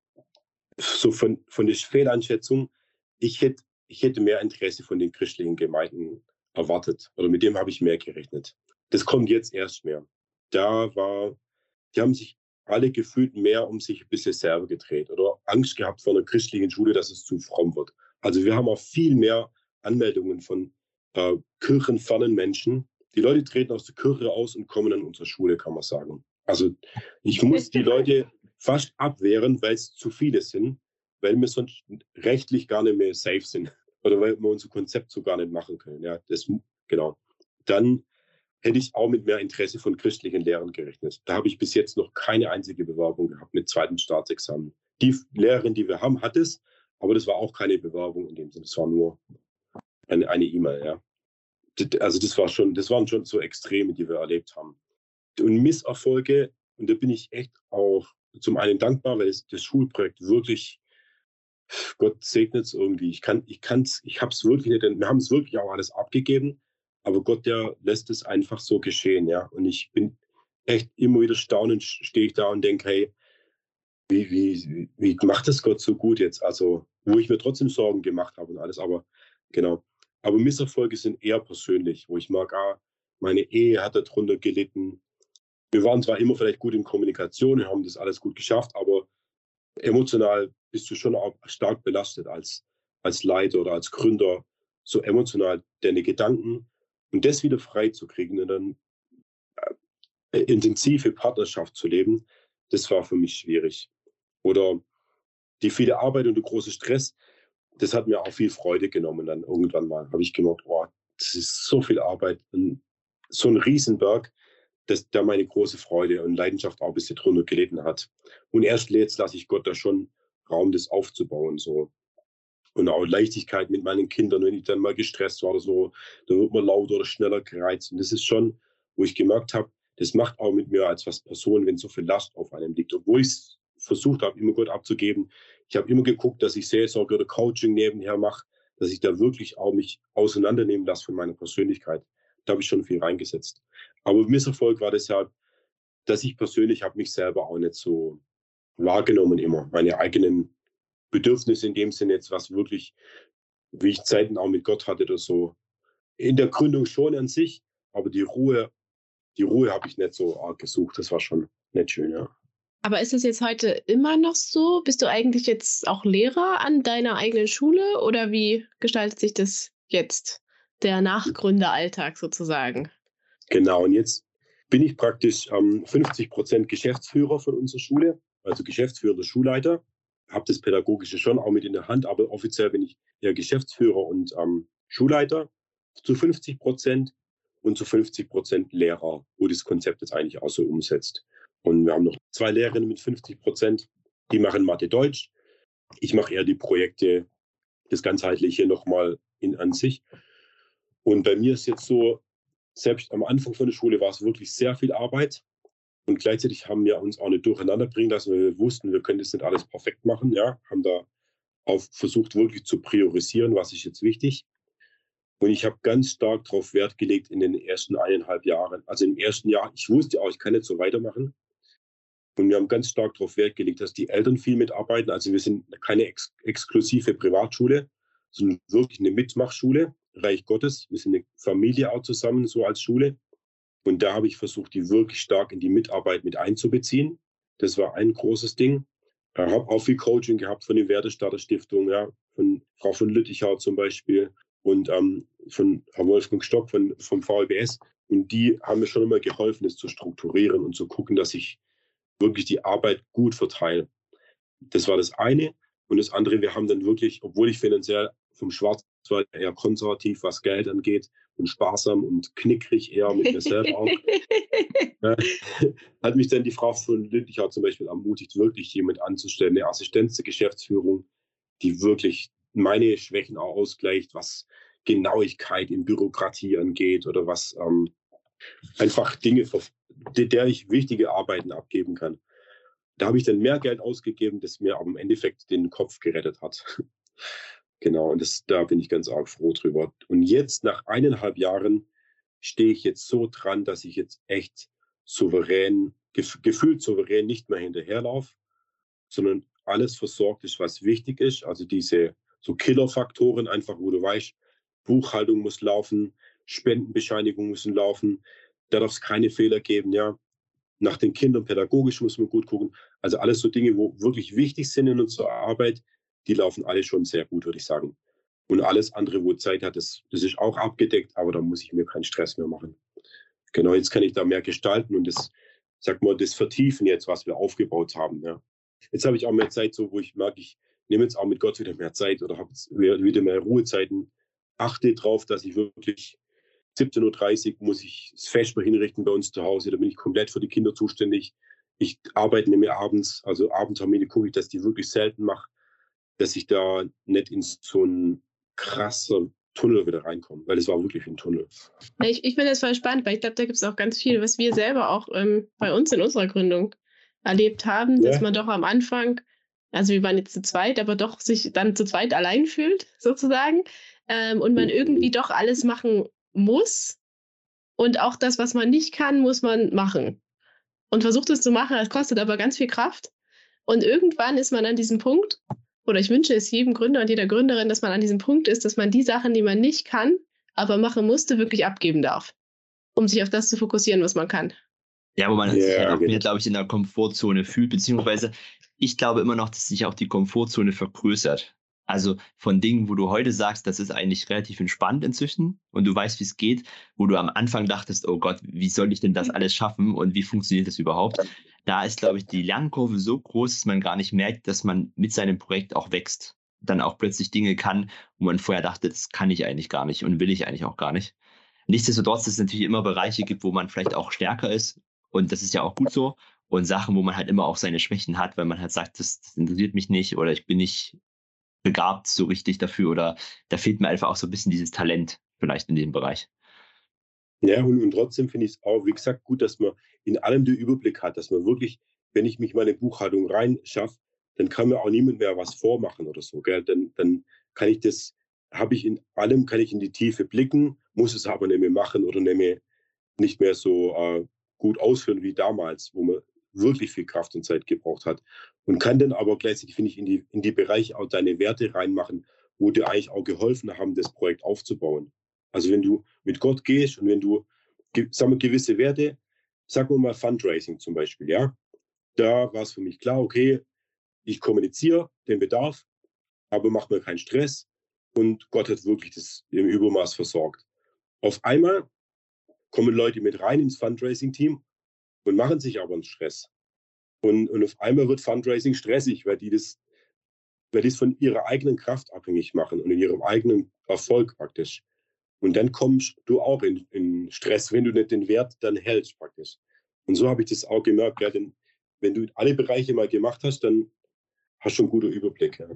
So von, von der Fehleinschätzung, ich hätte Ich hätte mehr Interesse von den christlichen Gemeinden erwartet. Oder mit dem habe ich mehr gerechnet. Das kommt jetzt erst mehr. Da war, die haben sich alle gefühlt mehr um sich ein bisschen selber gedreht oder Angst gehabt vor einer christlichen Schule, dass es zu fromm wird. Also wir haben auch viel mehr Anmeldungen von äh, kirchenfernen Menschen. Die Leute treten aus der Kirche aus und kommen an unsere Schule, kann man sagen. Also ich muss die Leute fast abwehren, weil es zu viele sind, weil wir sonst rechtlich gar nicht mehr safe sind. Oder weil wir unser Konzept so gar nicht machen können. Ja, das, genau. Dann hätte ich auch mit mehr Interesse von christlichen Lehrern gerechnet. Da habe ich bis jetzt noch keine einzige Bewerbung gehabt mit zweitem Staatsexamen. Die Lehrerin, die wir haben, hat es, aber das war auch keine Bewerbung in dem Sinne. Es war nur eine eine E-Mail. Ja. Also das war schon, das waren schon so Extreme, die wir erlebt haben. Und Misserfolge, und da bin ich echt auch zum einen dankbar, weil es, das Schulprojekt wirklich, Gott segnet es irgendwie. Ich kann, ich kann's, ich habe es wirklich nicht, wir haben es wirklich auch alles abgegeben, aber Gott, der lässt es einfach so geschehen, ja. Und ich bin echt immer wieder staunend, stehe ich da und denke, hey, wie, wie, wie macht das Gott so gut jetzt? Also, wo ich mir trotzdem Sorgen gemacht habe und alles, aber genau. Aber Misserfolge sind eher persönlich, wo ich merke, ah, meine Ehe hat darunter gelitten. Wir waren zwar immer vielleicht gut in Kommunikation, wir haben das alles gut geschafft, aber emotional bist du schon auch stark belastet als, als Leiter oder als Gründer, so emotional deine Gedanken und das wieder frei zu kriegen und dann äh, intensive Partnerschaft zu leben, das war für mich schwierig. Oder die viele Arbeit und der große Stress, das hat mir auch viel Freude genommen. Dann irgendwann mal habe ich gemerkt, oh, das ist so viel Arbeit, und so ein Riesenberg, dass da meine große Freude und Leidenschaft auch ein bisschen drunter gelitten hat. Und erst jetzt lasse ich Gott da schon Raum, das aufzubauen. So. Und auch Leichtigkeit mit meinen Kindern, wenn ich dann mal gestresst war oder so, dann wird man lauter oder schneller gereizt. Und das ist schon, wo ich gemerkt habe, das macht auch mit mir als was Person, wenn so viel Last auf einem liegt. Obwohl ich es versucht habe, immer Gott abzugeben. Ich habe immer geguckt, dass ich Seelsorge oder Coaching nebenher mache, dass ich da wirklich auch mich auseinandernehmen lasse von meiner Persönlichkeit. Da habe ich schon viel reingesetzt. Aber Misserfolg war deshalb, dass ich persönlich habe mich selber auch nicht so wahrgenommen immer. Meine eigenen Bedürfnisse in dem Sinne jetzt, was wirklich, wie ich Zeiten auch mit Gott hatte oder so. In der Gründung schon an sich, aber die Ruhe, die Ruhe habe ich nicht so arg gesucht. Das war schon nicht schön, ja. Aber ist es jetzt heute immer noch so? Bist du eigentlich jetzt auch Lehrer an deiner eigenen Schule oder wie gestaltet sich das jetzt, der Nachgründeralltag sozusagen? Genau, und jetzt bin ich praktisch ähm, fünfzig Prozent Geschäftsführer von unserer Schule, also geschäftsführender Schulleiter. Habe das Pädagogische schon auch mit in der Hand, aber offiziell bin ich eher Geschäftsführer und ähm, Schulleiter zu fünfzig Prozent und zu fünfzig Prozent Lehrer, wo das Konzept jetzt eigentlich auch so umsetzt. Und wir haben noch zwei Lehrerinnen mit fünfzig Prozent, die machen Mathe-Deutsch. Ich mache eher die Projekte, das Ganzheitliche nochmal in an sich. Und bei mir ist jetzt so, selbst am Anfang von der Schule war es wirklich sehr viel Arbeit. Und gleichzeitig haben wir uns auch nicht durcheinander bringen lassen, weil wir wussten, wir können das nicht alles perfekt machen. Ja, haben da auch versucht, wirklich zu priorisieren, was ist jetzt wichtig. Und ich habe ganz stark darauf Wert gelegt in den ersten eineinhalb Jahren. Also im ersten Jahr, ich wusste auch, ich kann nicht so weitermachen. Und wir haben ganz stark darauf Wert gelegt, dass die Eltern viel mitarbeiten. Also wir sind keine ex exklusive Privatschule, sondern wirklich eine Mitmachschule, Reich Gottes. Wir sind eine Familie auch zusammen, so als Schule. Und da habe ich versucht, die wirklich stark in die Mitarbeit mit einzubeziehen. Das war ein großes Ding. Ich habe auch viel Coaching gehabt von der Wertestarter Stiftung, ja, von Frau von Lüttichau zum Beispiel und ähm, von Herr Wolfgang Stock von, vom V L B S. Und die haben mir schon immer geholfen, das zu strukturieren und zu gucken, dass ich wirklich die Arbeit gut verteile. Das war das eine. Und das andere, wir haben dann wirklich, obwohl ich finanziell vom Schwarzwald eher konservativ, was Geld angeht, und sparsam und knickrig eher mit mir selber auch, ja, hat mich dann die Frau von Lüttichau zum Beispiel ermutigt, wirklich jemand anzustellen, eine Assistenz der Geschäftsführung, die wirklich meine Schwächen auch ausgleicht, was Genauigkeit in Bürokratie angeht oder was ähm, einfach Dinge, der ich wichtige Arbeiten abgeben kann. Da habe ich dann mehr Geld ausgegeben, das mir aber im Endeffekt den Kopf gerettet hat. Genau, und das, da bin ich ganz arg froh drüber. Und jetzt, nach eineinhalb Jahren, stehe ich jetzt so dran, dass ich jetzt echt souverän, gef gefühlt souverän nicht mehr hinterherlaufe, sondern alles versorgt ist, was wichtig ist. Also diese so Killerfaktoren einfach, wo du weißt, Buchhaltung muss laufen, Spendenbescheinigungen müssen laufen, da darf es keine Fehler geben, ja. Nach den Kindern pädagogisch muss man gut gucken. Also alles so Dinge, wo wirklich wichtig sind in unserer Arbeit, die laufen alle schon sehr gut, würde ich sagen. Und alles andere, wo Zeit hat, das, das ist auch abgedeckt, aber da muss ich mir keinen Stress mehr machen. Genau, jetzt kann ich da mehr gestalten und das, sag mal, das vertiefen jetzt, was wir aufgebaut haben. Ja. Jetzt habe ich auch mehr Zeit, so wo ich merke, ich nehme jetzt auch mit Gott wieder mehr Zeit oder habe wieder mehr Ruhezeiten. Achte darauf, dass ich wirklich siebzehn Uhr dreißig muss ich das Vesper hinrichten bei uns zu Hause. Da bin ich komplett für die Kinder zuständig. Ich arbeite nicht mehr abends, also Abendtermine gucke ich, dass ich die wirklich selten mache, dass ich da nicht in so einen krassen Tunnel wieder reinkomme, weil es war wirklich ein Tunnel. Ich, ich finde das voll spannend, weil ich glaube, da gibt es auch ganz viel, was wir selber auch ähm, bei uns in unserer Gründung erlebt haben, Ja. dass man doch am Anfang, also wir waren jetzt zu zweit, aber doch sich dann zu zweit allein fühlt, sozusagen, ähm, und man irgendwie doch alles machen muss und auch das, was man nicht kann, muss man machen. Und versucht es zu machen, es kostet aber ganz viel Kraft. Und irgendwann ist man an diesem Punkt, oder ich wünsche es jedem Gründer und jeder Gründerin, dass man an diesem Punkt ist, dass man die Sachen, die man nicht kann, aber machen musste, wirklich abgeben darf, um sich auf das zu fokussieren, was man kann. Ja, wo man Ja, sich halt auch genau. mehr, glaube ich, in der Komfortzone fühlt, beziehungsweise ich glaube immer noch, dass sich auch die Komfortzone vergrößert. Also von Dingen, wo du heute sagst, das ist eigentlich relativ entspannt inzwischen und du weißt, wie es geht, wo du am Anfang dachtest, oh Gott, wie soll ich denn das alles schaffen und wie funktioniert das überhaupt? Da ist, glaube ich, die Lernkurve so groß, dass man gar nicht merkt, dass man mit seinem Projekt auch wächst. Dann auch plötzlich Dinge kann, wo man vorher dachte, das kann ich eigentlich gar nicht und will ich eigentlich auch gar nicht. Nichtsdestotrotz, dass es natürlich immer Bereiche gibt, wo man vielleicht auch stärker ist und das ist ja auch gut so und Sachen, wo man halt immer auch seine Schwächen hat, weil man halt sagt, das, das interessiert mich nicht oder ich bin nicht begabt so richtig dafür oder da fehlt mir einfach auch so ein bisschen dieses Talent vielleicht in dem Bereich. Ja, und, und trotzdem finde ich es auch, wie gesagt, gut, dass man in allem den Überblick hat, dass man wirklich, wenn ich mich meine Buchhaltung reinschaffe, dann kann mir auch niemand mehr was vormachen oder so. Gell? Dann, dann kann ich das habe ich in allem, kann ich in die Tiefe blicken, muss es aber nicht mehr machen oder nicht mehr, nicht mehr so äh, gut ausführen wie damals, wo man wirklich viel Kraft und Zeit gebraucht hat. Und kann dann aber gleichzeitig, finde ich, in die, in die Bereiche auch deine Werte reinmachen, wo dir eigentlich auch geholfen haben, das Projekt aufzubauen. Also wenn du mit Gott gehst und wenn du, sagen wir, gewisse Werte, sagen wir mal Fundraising zum Beispiel, ja, da war es für mich klar, okay, ich kommuniziere den Bedarf, aber mache mir keinen Stress und Gott hat wirklich das im Übermaß versorgt. Auf einmal kommen Leute mit rein ins Fundraising-Team und machen sich aber einen Stress. Und, und auf einmal wird Fundraising stressig, weil die das, weil die es von ihrer eigenen Kraft abhängig machen und in ihrem eigenen Erfolg praktisch. Und dann kommst du auch in, in Stress, wenn du nicht den Wert dann hältst praktisch. Und so habe ich das auch gemerkt, ja, denn wenn du alle Bereiche mal gemacht hast, dann hast du einen guten Überblick. Ja.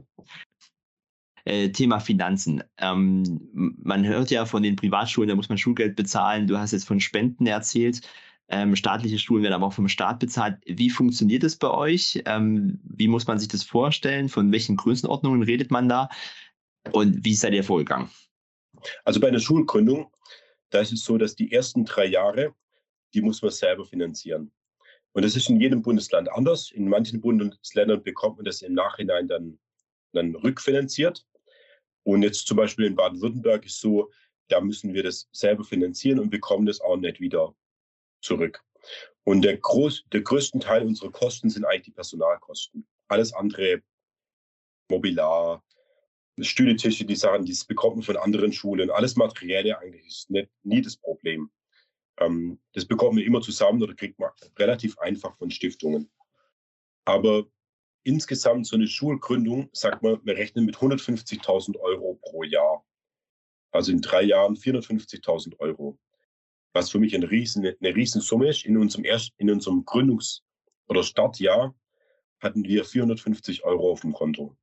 Äh, Thema Finanzen. Ähm, man hört ja von den Privatschulen, da muss man Schulgeld bezahlen. Du hast jetzt von Spenden erzählt. Ähm, staatliche Schulen werden aber auch vom Staat bezahlt. Wie funktioniert das bei euch? Ähm, wie muss man sich das vorstellen? Von welchen Größenordnungen redet man da? Und wie seid ihr vorgegangen? Also bei einer Schulgründung, da ist es so, dass die ersten drei Jahre, die muss man selber finanzieren. Und das ist in jedem Bundesland anders. In manchen Bundesländern bekommt man das im Nachhinein dann, dann rückfinanziert. Und jetzt zum Beispiel in Baden-Württemberg ist so, da müssen wir das selber finanzieren und bekommen das auch nicht wieder zurück. Und der, groß, der größte Teil unserer Kosten sind eigentlich die Personalkosten. Alles andere, Mobiliar, Stühle, Tische, die Sachen, die bekommt man von anderen Schulen. Alles Materielle eigentlich ist nicht, nie das Problem. Ähm, das bekommt man immer zusammen oder kriegt man relativ einfach von Stiftungen. Aber insgesamt so eine Schulgründung, sagt man, wir rechnen mit hundertfünfzigtausend Euro pro Jahr. Also in drei Jahren vierhundertfünfzigtausend Euro. Was für mich eine riesen, eine riesen Summe ist. In unserem, erst, in unserem Gründungs- oder Startjahr hatten wir vierhundertfünfzig Euro auf dem Konto.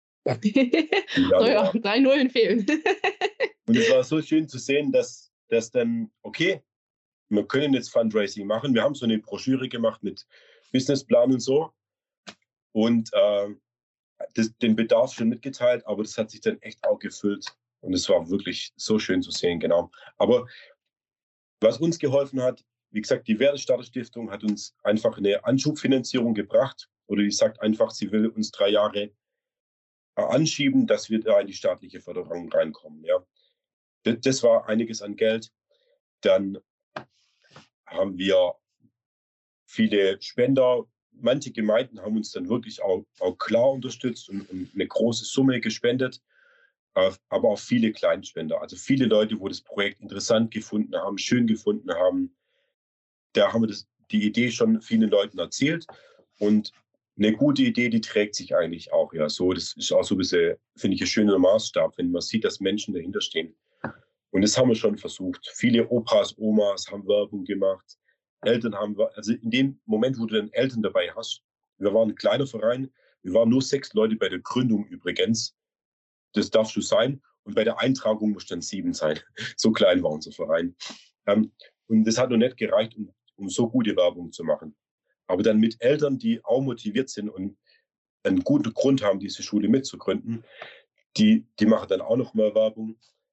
Naja, drei Nullen fehlen. Und es war so schön zu sehen, dass, dass dann, okay, wir können jetzt Fundraising machen. Wir haben so eine Broschüre gemacht mit Businessplan und so. Und äh, das, den Bedarf schon mitgeteilt, aber das hat sich dann echt auch gefüllt. Und es war wirklich so schön zu sehen, genau. Aber was uns geholfen hat, wie gesagt, die Werdestarter-Stiftung hat uns einfach eine Anschubfinanzierung gebracht. Oder die sagt einfach, sie will uns drei Jahre anschieben, dass wir da in die staatliche Förderung reinkommen. Ja. Das, das war einiges an Geld. Dann haben wir viele Spender. Manche Gemeinden haben uns dann wirklich auch, auch klar unterstützt und, und eine große Summe gespendet, aber auch viele Kleinspender. Also viele Leute, wo das Projekt interessant gefunden haben, schön gefunden haben. Da haben wir das, die Idee schon vielen Leuten erzählt. Und eine gute Idee, die trägt sich eigentlich auch. Ja, so, das ist auch so ein bisschen, finde ich, ein schöner Maßstab, wenn man sieht, dass Menschen dahinter stehen. Und das haben wir schon versucht. Viele Opas, Omas haben Werbung gemacht. Eltern haben, also in dem Moment, wo du dann Eltern dabei hast, wir waren ein kleiner Verein, wir waren nur sechs Leute bei der Gründung übrigens. Das darfst du sein. Und bei der Eintragung musst du dann sieben sein. So klein war unser Verein. Ähm, und das hat noch nicht gereicht, um, um so gute Werbung zu machen. Aber dann mit Eltern, die auch motiviert sind und einen guten Grund haben, diese Schule mitzugründen, die, die machen dann auch noch mehr Werbung.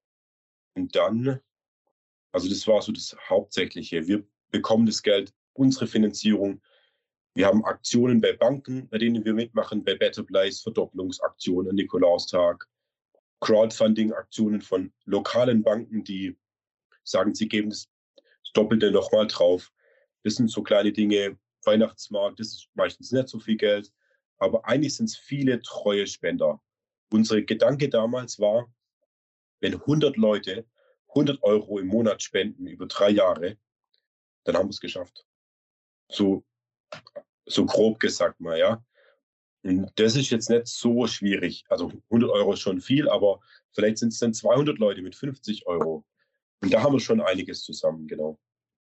Und dann, also das war so das Hauptsächliche. Wir bekommen das Geld, unsere Finanzierung. Wir haben Aktionen bei Banken, bei denen wir mitmachen, bei Better Place, Verdopplungsaktionen, Nikolaustag, Crowdfunding-Aktionen von lokalen Banken, die sagen, sie geben das Doppelte nochmal drauf. Das sind so kleine Dinge. Weihnachtsmarkt, das ist meistens nicht so viel Geld, aber eigentlich sind es viele treue Spender. Unser Gedanke damals war, wenn hundert Leute hundert Euro im Monat spenden über drei Jahre, dann haben wir es geschafft. So, so grob gesagt mal, ja. Und das ist jetzt nicht so schwierig. Also hundert Euro ist schon viel, aber vielleicht sind es dann zweihundert Leute mit fünfzig Euro. Und da haben wir schon einiges zusammen, genau.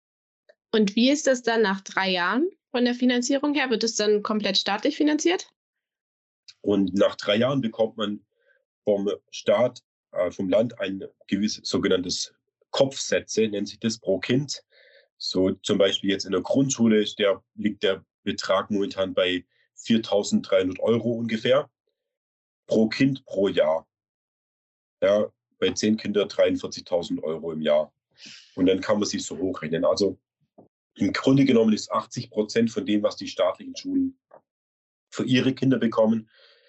Und wie ist das dann nach drei Jahren von der Finanzierung her? Wird es dann komplett staatlich finanziert? Und nach drei Jahren bekommt man vom Staat, äh, vom Land ein gewisses sogenanntes Kopfsätze, nennt sich das, pro Kind. So zum Beispiel jetzt in der Grundschule ist der, liegt der Betrag momentan bei viertausenddreihundert Euro ungefähr pro Kind pro Jahr. Ja, bei zehn Kindern dreiundvierzigtausend Euro im Jahr. Und dann kann man sich so hochrechnen. Also im Grunde genommen ist achtzig Prozent von dem, was die staatlichen Schulen für ihre Kinder bekommen,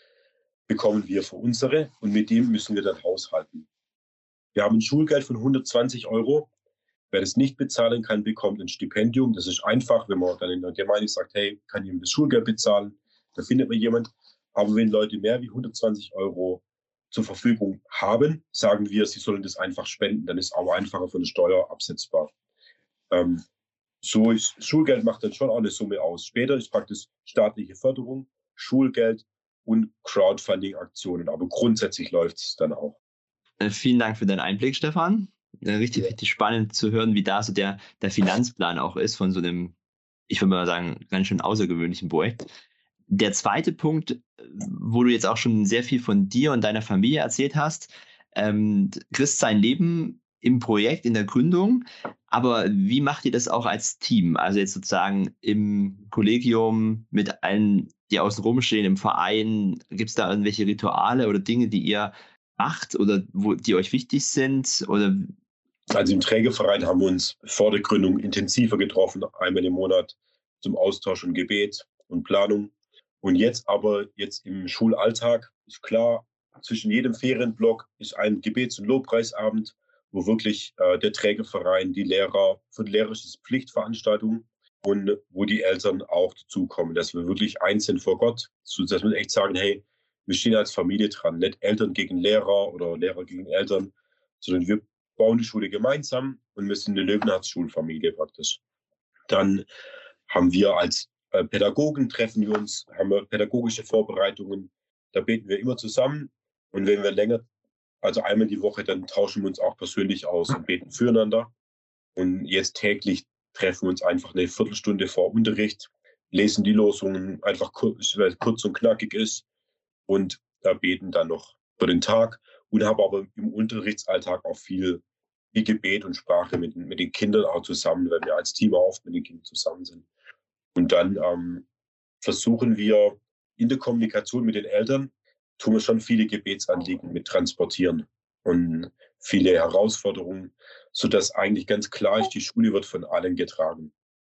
bekommen wir für unsere. Und mit dem müssen wir dann haushalten. Wir haben ein Schulgeld von hundertzwanzig Euro. Wer das nicht bezahlen kann, bekommt ein Stipendium. Das ist einfach, wenn man dann in der Gemeinde sagt, hey, kann jemand das Schulgeld bezahlen? Da findet man jemand. Aber wenn Leute mehr wie hundertzwanzig Euro zur Verfügung haben, sagen wir, sie sollen das einfach spenden. Dann ist es auch einfacher von der Steuer absetzbar. Ähm, so ist Schulgeld macht dann schon auch eine Summe aus. Später ist praktisch staatliche Förderung, Schulgeld und Crowdfunding-Aktionen. Aber grundsätzlich läuft es dann auch. Äh, vielen Dank für deinen Einblick, Stefan. Äh, richtig, ja. richtig spannend zu hören, wie da so der, der Finanzplan auch ist von so einem, ich würde mal sagen, ganz schön außergewöhnlichen Projekt. Der zweite Punkt, wo du jetzt auch schon sehr viel von dir und deiner Familie erzählt hast, ähm, Chris sein Leben im Projekt, in der Gründung, aber wie macht ihr das auch als Team? Also jetzt sozusagen im Kollegium mit allen, die außen rumstehen, im Verein, gibt es da irgendwelche Rituale oder Dinge, die ihr macht oder wo, die euch wichtig sind? Oder? Also im Trägerverein haben wir uns vor der Gründung intensiver getroffen, einmal im Monat zum Austausch und Gebet und Planung. Und jetzt aber, jetzt im Schulalltag, ist klar, zwischen jedem Ferienblock ist ein Gebets- und Lobpreisabend, wo wirklich äh, der Trägerverein, die Lehrer, für die Lehrer ist es Pflichtveranstaltung und wo die Eltern auch dazukommen, dass wir wirklich eins sind vor Gott, so dass wir echt sagen, hey, wir stehen als Familie dran, nicht Eltern gegen Lehrer oder Lehrer gegen Eltern, sondern wir bauen die Schule gemeinsam und wir sind eine Löwenherz-Schulfamilie praktisch. Dann haben wir als äh, Pädagogen, treffen wir uns, haben wir pädagogische Vorbereitungen, da beten wir immer zusammen und wenn wir länger, also einmal die Woche, dann tauschen wir uns auch persönlich aus und beten füreinander. Und jetzt täglich treffen wir uns einfach eine Viertelstunde vor Unterricht, lesen die Losungen einfach kurz, weil es kurz und knackig ist und da beten dann noch für den Tag und haben aber im Unterrichtsalltag auch viel, viel Gebet und Sprache mit, mit den Kindern auch zusammen, weil wir als Team auch oft mit den Kindern zusammen sind. Und dann ähm, versuchen wir in der Kommunikation mit den Eltern, tun wir schon viele Gebetsanliegen mit transportieren und viele Herausforderungen, sodass eigentlich ganz klar ist, die Schule wird von allen getragen.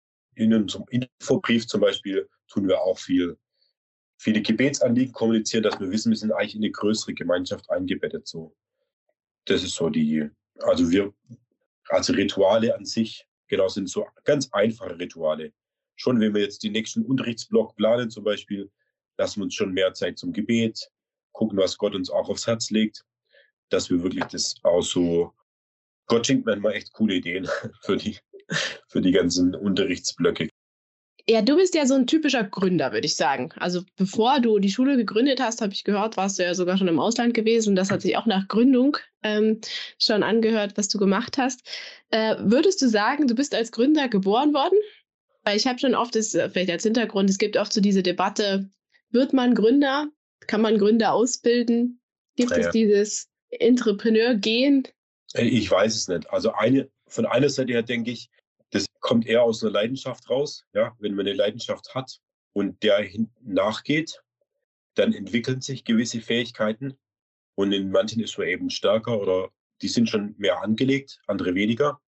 In unserem Infobrief zum Beispiel tun wir auch viel, viele Gebetsanliegen kommunizieren, dass wir wissen, wir sind eigentlich in eine größere Gemeinschaft eingebettet. So. Das ist so die, also wir, also Rituale an sich, genau, sind so ganz einfache Rituale. Schon wenn wir jetzt den nächsten Unterrichtsblock planen zum Beispiel, lassen wir uns schon mehr Zeit zum Gebet, gucken, was Gott uns auch aufs Herz legt, dass wir wirklich das auch so, Gott schenkt manchmal echt coole Ideen für die, für die ganzen Unterrichtsblöcke. Ja, du bist ja so ein typischer Gründer, würde ich sagen. Also bevor du die Schule gegründet hast, habe ich gehört, warst du ja sogar schon im Ausland gewesen. Das hat sich auch nach Gründung ähm, schon angehört, was du gemacht hast. Äh, würdest du sagen, du bist als Gründer geboren worden? Weil ich habe schon oft, das, vielleicht als Hintergrund, es gibt oft so diese Debatte, wird man Gründer? Kann man Gründer ausbilden? Gibt ja, es ja. dieses Entrepreneur-Gen? Ich weiß es nicht. Also eine, von einer Seite her denke ich, das kommt eher aus einer Leidenschaft raus. Ja? Wenn man eine Leidenschaft hat und der nachgeht, dann entwickeln sich gewisse Fähigkeiten. Und in manchen ist man eben stärker oder die sind schon mehr angelegt, andere weniger.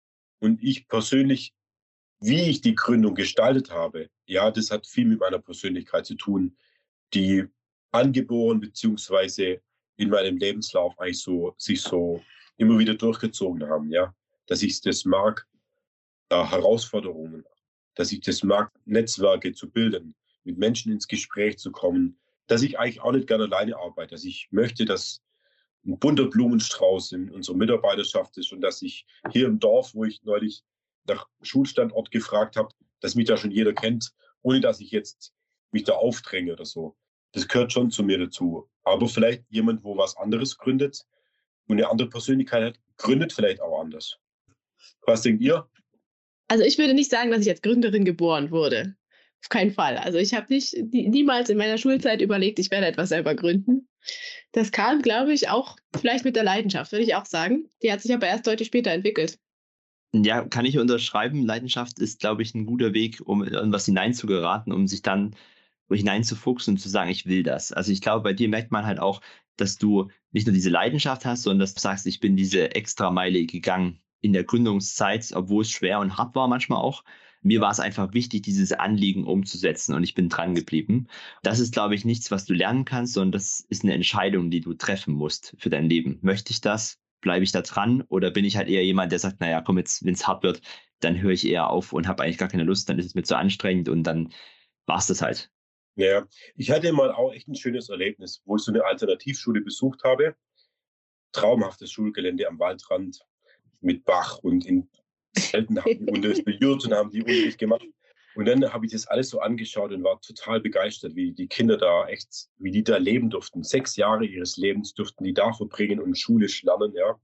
Und ich persönlich, wie ich die Gründung gestaltet habe, ja, das hat viel mit meiner Persönlichkeit zu tun, die angeboren beziehungsweise in meinem Lebenslauf eigentlich so sich so immer wieder durchgezogen haben, ja, dass ich das mag, äh, Herausforderungen, dass ich das mag, Netzwerke zu bilden, mit Menschen ins Gespräch zu kommen, dass ich eigentlich auch nicht gerne alleine arbeite, dass ich möchte, dass ein bunter Blumenstrauß in unserer Mitarbeiterschaft ist und dass ich hier im Dorf, wo ich neulich nach Schulstandort gefragt habe, dass mich da schon jeder kennt, ohne dass ich jetzt mich da aufdränge oder so. Das gehört schon zu mir dazu. Aber vielleicht jemand, wo was anderes gründet und eine andere Persönlichkeit hat, gründet vielleicht auch anders. Was denkt ihr? Also ich würde nicht sagen, dass ich als Gründerin geboren wurde. Auf keinen Fall. Also ich habe nicht die, niemals in meiner Schulzeit überlegt, ich werde etwas selber gründen. Das kam, glaube ich, auch vielleicht mit der Leidenschaft, würde ich auch sagen. Die hat sich aber erst deutlich später entwickelt. Ja, kann ich unterschreiben. Leidenschaft ist, glaube ich, ein guter Weg, um in irgendwas hineinzugeraten, um sich dann hineinzufuchsen und zu sagen, ich will das. Also ich glaube, bei dir merkt man halt auch, dass du nicht nur diese Leidenschaft hast, sondern dass du sagst, ich bin diese Extrameile gegangen in der Gründungszeit, obwohl es schwer und hart war manchmal auch. Mir war es einfach wichtig, dieses Anliegen umzusetzen und ich bin dran geblieben. Das ist, glaube ich, nichts, was du lernen kannst, sondern das ist eine Entscheidung, die du treffen musst für dein Leben. Möchte ich das? Bleibe ich da dran? Oder bin ich halt eher jemand, der sagt, naja, komm, jetzt, wenn es hart wird, dann höre ich eher auf und habe eigentlich gar keine Lust, dann ist es mir zu anstrengend und dann war es das halt. Ja, ich hatte mal auch echt ein schönes Erlebnis, wo ich so eine Alternativschule besucht habe. Traumhaftes Schulgelände am Waldrand mit Bach und in Zelten haben die Unterricht bejurt und haben die Unterricht gemacht. Und dann habe ich das alles so angeschaut und war total begeistert, wie die Kinder da echt, wie die da leben durften. Sechs Jahre ihres Lebens durften die da verbringen und schulisch lernen, ja.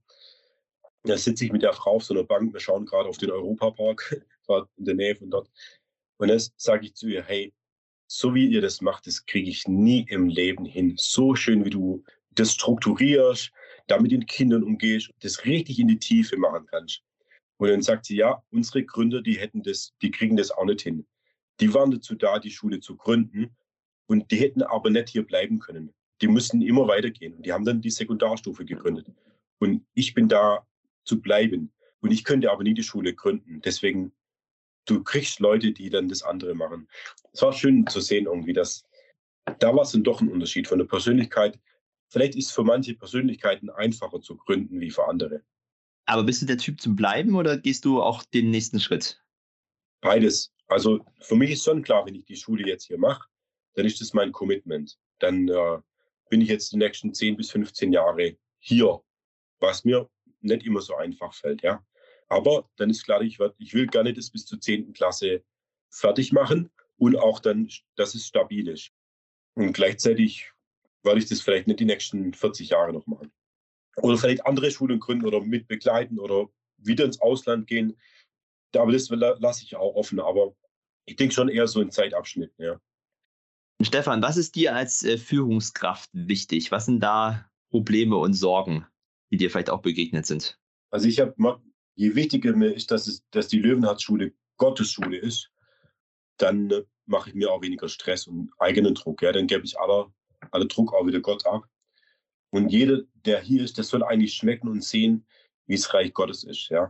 Da sitze ich mit der Frau auf so einer Bank, wir schauen gerade auf den Europapark, gerade in der Nähe von dort. Und dann sage ich zu ihr, hey, so wie ihr das macht, das kriege ich nie im Leben hin. So schön, wie du das strukturierst, da mit den Kindern umgehst, das richtig in die Tiefe machen kannst. Und dann sagt sie, ja, unsere Gründer, die hätten das, die kriegen das auch nicht hin. Die waren dazu da, die Schule zu gründen und die hätten aber nicht hier bleiben können. Die mussten immer weitergehen und die haben dann die Sekundarstufe gegründet. Und ich bin da zu bleiben und ich könnte aber nie die Schule gründen. Deswegen, du kriegst Leute, die dann das andere machen. Es war schön zu sehen irgendwie, dass da war es dann doch ein Unterschied von der Persönlichkeit. Vielleicht ist es für manche Persönlichkeiten einfacher zu gründen wie für andere. Aber bist du der Typ zum Bleiben oder gehst du auch den nächsten Schritt? Beides. Also für mich ist schon klar, wenn ich die Schule jetzt hier mache, dann ist das mein Commitment. Dann äh, bin ich jetzt die nächsten zehn bis fünfzehn Jahre hier, was mir nicht immer so einfach fällt, ja. Aber dann ist klar, ich, werd, ich will gerne das bis zur zehnten Klasse fertig machen und auch dann, dass es stabil ist. Und gleichzeitig werde ich das vielleicht nicht die nächsten vierzig Jahre noch machen. Oder vielleicht andere Schulen gründen oder mit begleiten oder wieder ins Ausland gehen. Aber das lasse ich auch offen. Aber ich denke schon eher so in Zeitabschnitten, ja. Stefan, was ist dir als äh, Führungskraft wichtig? Was sind da Probleme und Sorgen, die dir vielleicht auch begegnet sind? Also ich habe, je wichtiger mir ist, dass, es, dass die Löwenherz-Schule Gottes Schule ist, dann äh, mache ich mir auch weniger Stress und eigenen Druck. Ja. Dann gebe ich aller, aller Druck auch wieder Gott ab. Und jeder, der hier ist, der soll eigentlich schmecken und sehen, wie es Reich Gottes ist. Ja.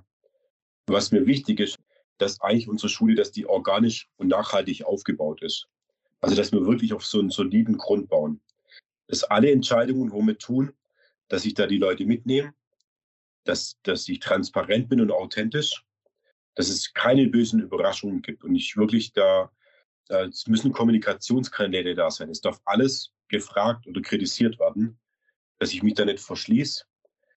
Was mir wichtig ist, dass eigentlich unsere Schule, dass die organisch und nachhaltig aufgebaut ist. Also dass wir wirklich auf so einen soliden Grund bauen. Dass alle Entscheidungen, wo wir tun, dass ich da die Leute mitnehme, dass, dass ich transparent bin und authentisch, dass es keine bösen Überraschungen gibt und ich wirklich da, da es müssen Kommunikationskanäle da sein. Es darf alles gefragt oder kritisiert werden, dass ich mich da nicht verschließe.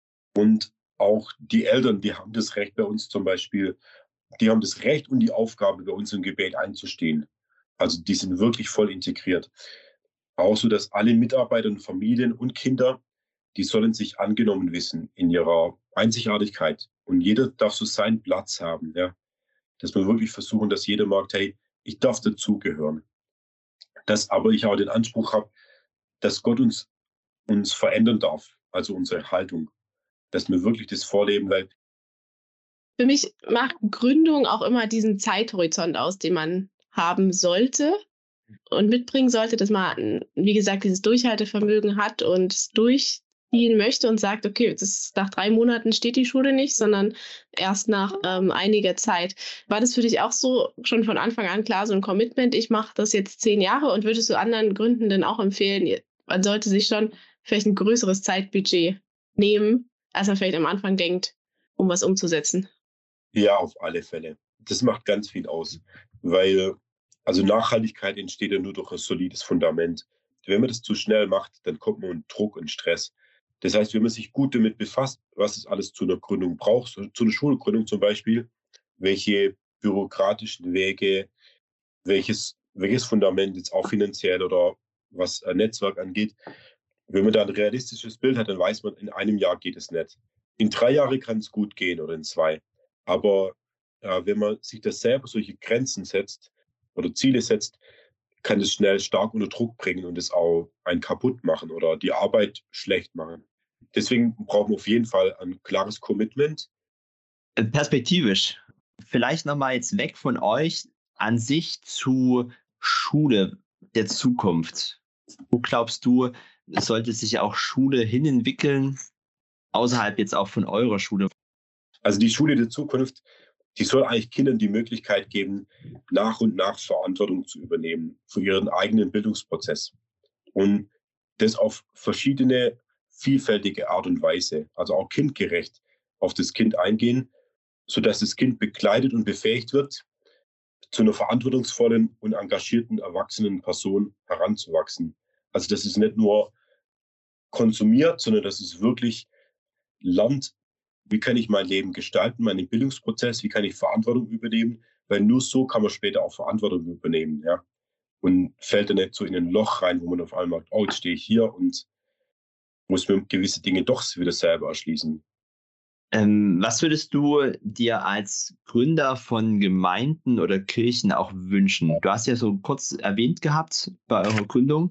Und auch die Eltern, die haben das Recht bei uns zum Beispiel, die haben das Recht und die Aufgabe, bei uns im Gebet einzustehen. Also die sind wirklich voll integriert. Auch so, dass alle Mitarbeiter und Familien und Kinder, die sollen sich angenommen wissen in ihrer Einzigartigkeit. Und jeder darf so seinen Platz haben. Ja? Dass wir wirklich versuchen, dass jeder merkt, hey, ich darf dazugehören. Dass aber ich auch den Anspruch habe, dass Gott uns, uns verändern darf, also unsere Haltung. Dass wir wirklich das vorleben, weil für mich macht Gründung auch immer diesen Zeithorizont aus, den man haben sollte und mitbringen sollte, dass man, wie gesagt, dieses Durchhaltevermögen hat und es durchziehen möchte und sagt, okay, das ist, nach drei Monaten steht die Schule nicht, sondern erst nach ähm, einiger Zeit. War das für dich auch so schon von Anfang an klar, so ein Commitment, ich mache das jetzt zehn Jahre und würdest du anderen Gründenden auch empfehlen, man sollte sich schon vielleicht ein größeres Zeitbudget nehmen, als man vielleicht am Anfang denkt, um was umzusetzen? Ja, auf alle Fälle. Das macht ganz viel aus, weil also Nachhaltigkeit entsteht ja nur durch ein solides Fundament. Wenn man das zu schnell macht, dann kommt man in Druck und Stress. Das heißt, wenn man sich gut damit befasst, was es alles zu einer Gründung braucht, zu einer Schulgründung zum Beispiel, welche bürokratischen Wege, welches, welches Fundament jetzt auch finanziell oder was ein Netzwerk angeht, wenn man da ein realistisches Bild hat, dann weiß man, in einem Jahr geht es nicht. In drei Jahren kann es gut gehen oder in zwei. Aber äh, wenn man sich das selber solche Grenzen setzt oder Ziele setzt, kann es schnell stark unter Druck bringen und es auch einen kaputt machen oder die Arbeit schlecht machen. Deswegen brauchen wir auf jeden Fall ein klares Commitment. Perspektivisch, vielleicht nochmal jetzt weg von euch an sich zu Schule der Zukunft. Wo glaubst du, sollte sich auch Schule hinentwickeln, außerhalb jetzt auch von eurer Schule? Also die Schule der Zukunft, die soll eigentlich Kindern die Möglichkeit geben, nach und nach Verantwortung zu übernehmen für ihren eigenen Bildungsprozess. Und das auf verschiedene, vielfältige Art und Weise, also auch kindgerecht auf das Kind eingehen, sodass das Kind begleitet und befähigt wird, zu einer verantwortungsvollen und engagierten erwachsenen Person heranzuwachsen. Also dass es nicht nur konsumiert, sondern dass es wirklich lernt, wie kann ich mein Leben gestalten, meinen Bildungsprozess, wie kann ich Verantwortung übernehmen, weil nur so kann man später auch Verantwortung übernehmen, ja. Und fällt dann nicht so in ein Loch rein, wo man auf einmal sagt, oh, jetzt stehe ich hier und muss mir gewisse Dinge doch wieder selber erschließen. Ähm, was würdest du dir als Gründer von Gemeinden oder Kirchen auch wünschen? Du hast ja so kurz erwähnt gehabt bei eurer Gründung,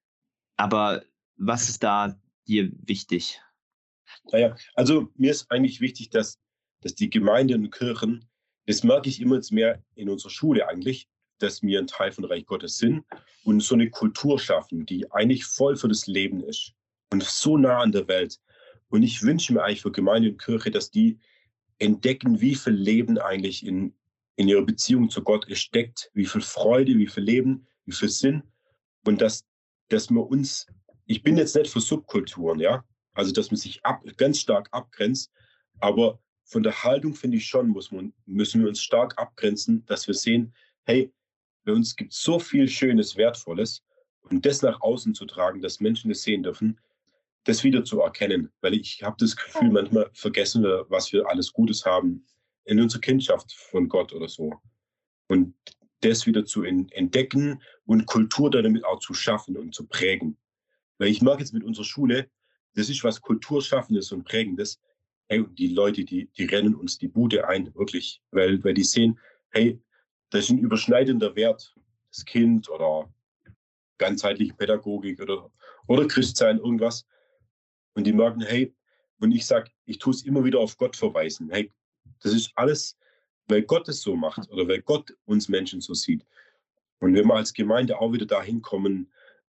aber was ist da dir wichtig? Naja, also mir ist eigentlich wichtig, dass, dass die Gemeinden und Kirchen, das merke ich immer jetzt mehr in unserer Schule eigentlich, dass wir ein Teil von Reich Gottes sind und so eine Kultur schaffen, die eigentlich voll für das Leben ist und so nah an der Welt. Und ich wünsche mir eigentlich für Gemeinde und Kirche, dass die entdecken, wie viel Leben eigentlich in, in ihrer Beziehung zu Gott steckt, wie viel Freude, wie viel Leben, wie viel Sinn. Und dass, dass wir uns, ich bin jetzt nicht für Subkulturen, ja, also dass man sich ab, ganz stark abgrenzt, aber von der Haltung finde ich schon, muss man, müssen wir uns stark abgrenzen, dass wir sehen, hey, bei uns gibt es so viel Schönes, Wertvolles und das nach außen zu tragen, dass Menschen das sehen dürfen, das wieder zu erkennen, weil ich habe das Gefühl, manchmal vergessen wir, was wir alles Gutes haben in unserer Kindschaft von Gott oder so. Und das wieder zu entdecken und Kultur damit auch zu schaffen und zu prägen. Weil ich merke jetzt mit unserer Schule, das ist was Kulturschaffendes und Prägendes. Hey, die Leute, die, die rennen uns die Bude ein, wirklich, weil, weil die sehen, hey, das ist ein überschneidender Wert, das Kind oder ganzheitliche Pädagogik oder, oder Christsein, irgendwas. Und die merken, hey, und ich sage, ich tue es immer wieder auf Gott verweisen. Hey, das ist alles, weil Gott es so macht oder weil Gott uns Menschen so sieht. Und wenn wir als Gemeinde auch wieder dahin kommen,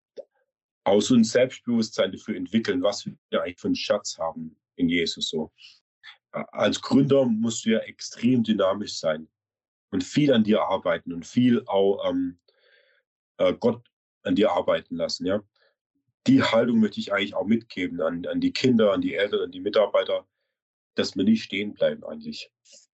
auch so ein Selbstbewusstsein dafür entwickeln, was wir eigentlich für einen Schatz haben in Jesus so. Als Gründer musst du ja extrem dynamisch sein und viel an dir arbeiten und viel auch ähm, äh, Gott an dir arbeiten lassen, ja. Die Haltung möchte ich eigentlich auch mitgeben an, an die Kinder, an die Eltern, an die Mitarbeiter, dass wir nicht stehen bleiben eigentlich.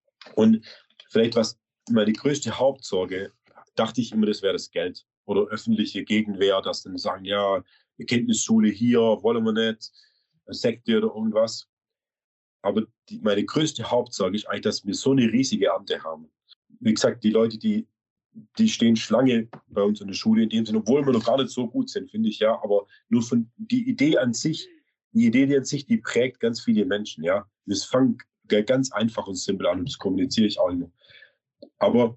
Und vielleicht was meine größte Hauptsorge, dachte ich immer, das wäre das Geld oder öffentliche Gegenwehr, dass dann sagen, ja, Bekenntnisschule hier, wollen wir nicht, Sekte oder irgendwas. Aber die, meine größte Hauptsorge ist eigentlich, dass wir so eine riesige Ernte haben. Wie gesagt, die Leute, die die stehen Schlange bei uns in der Schule in dem Sinne, obwohl wir noch gar nicht so gut sind, finde ich, ja, aber nur von die Idee an sich, die Idee die an sich, die prägt ganz viele Menschen, ja. Das fängt ganz einfach und simpel an und das kommuniziere ich auch immer. Aber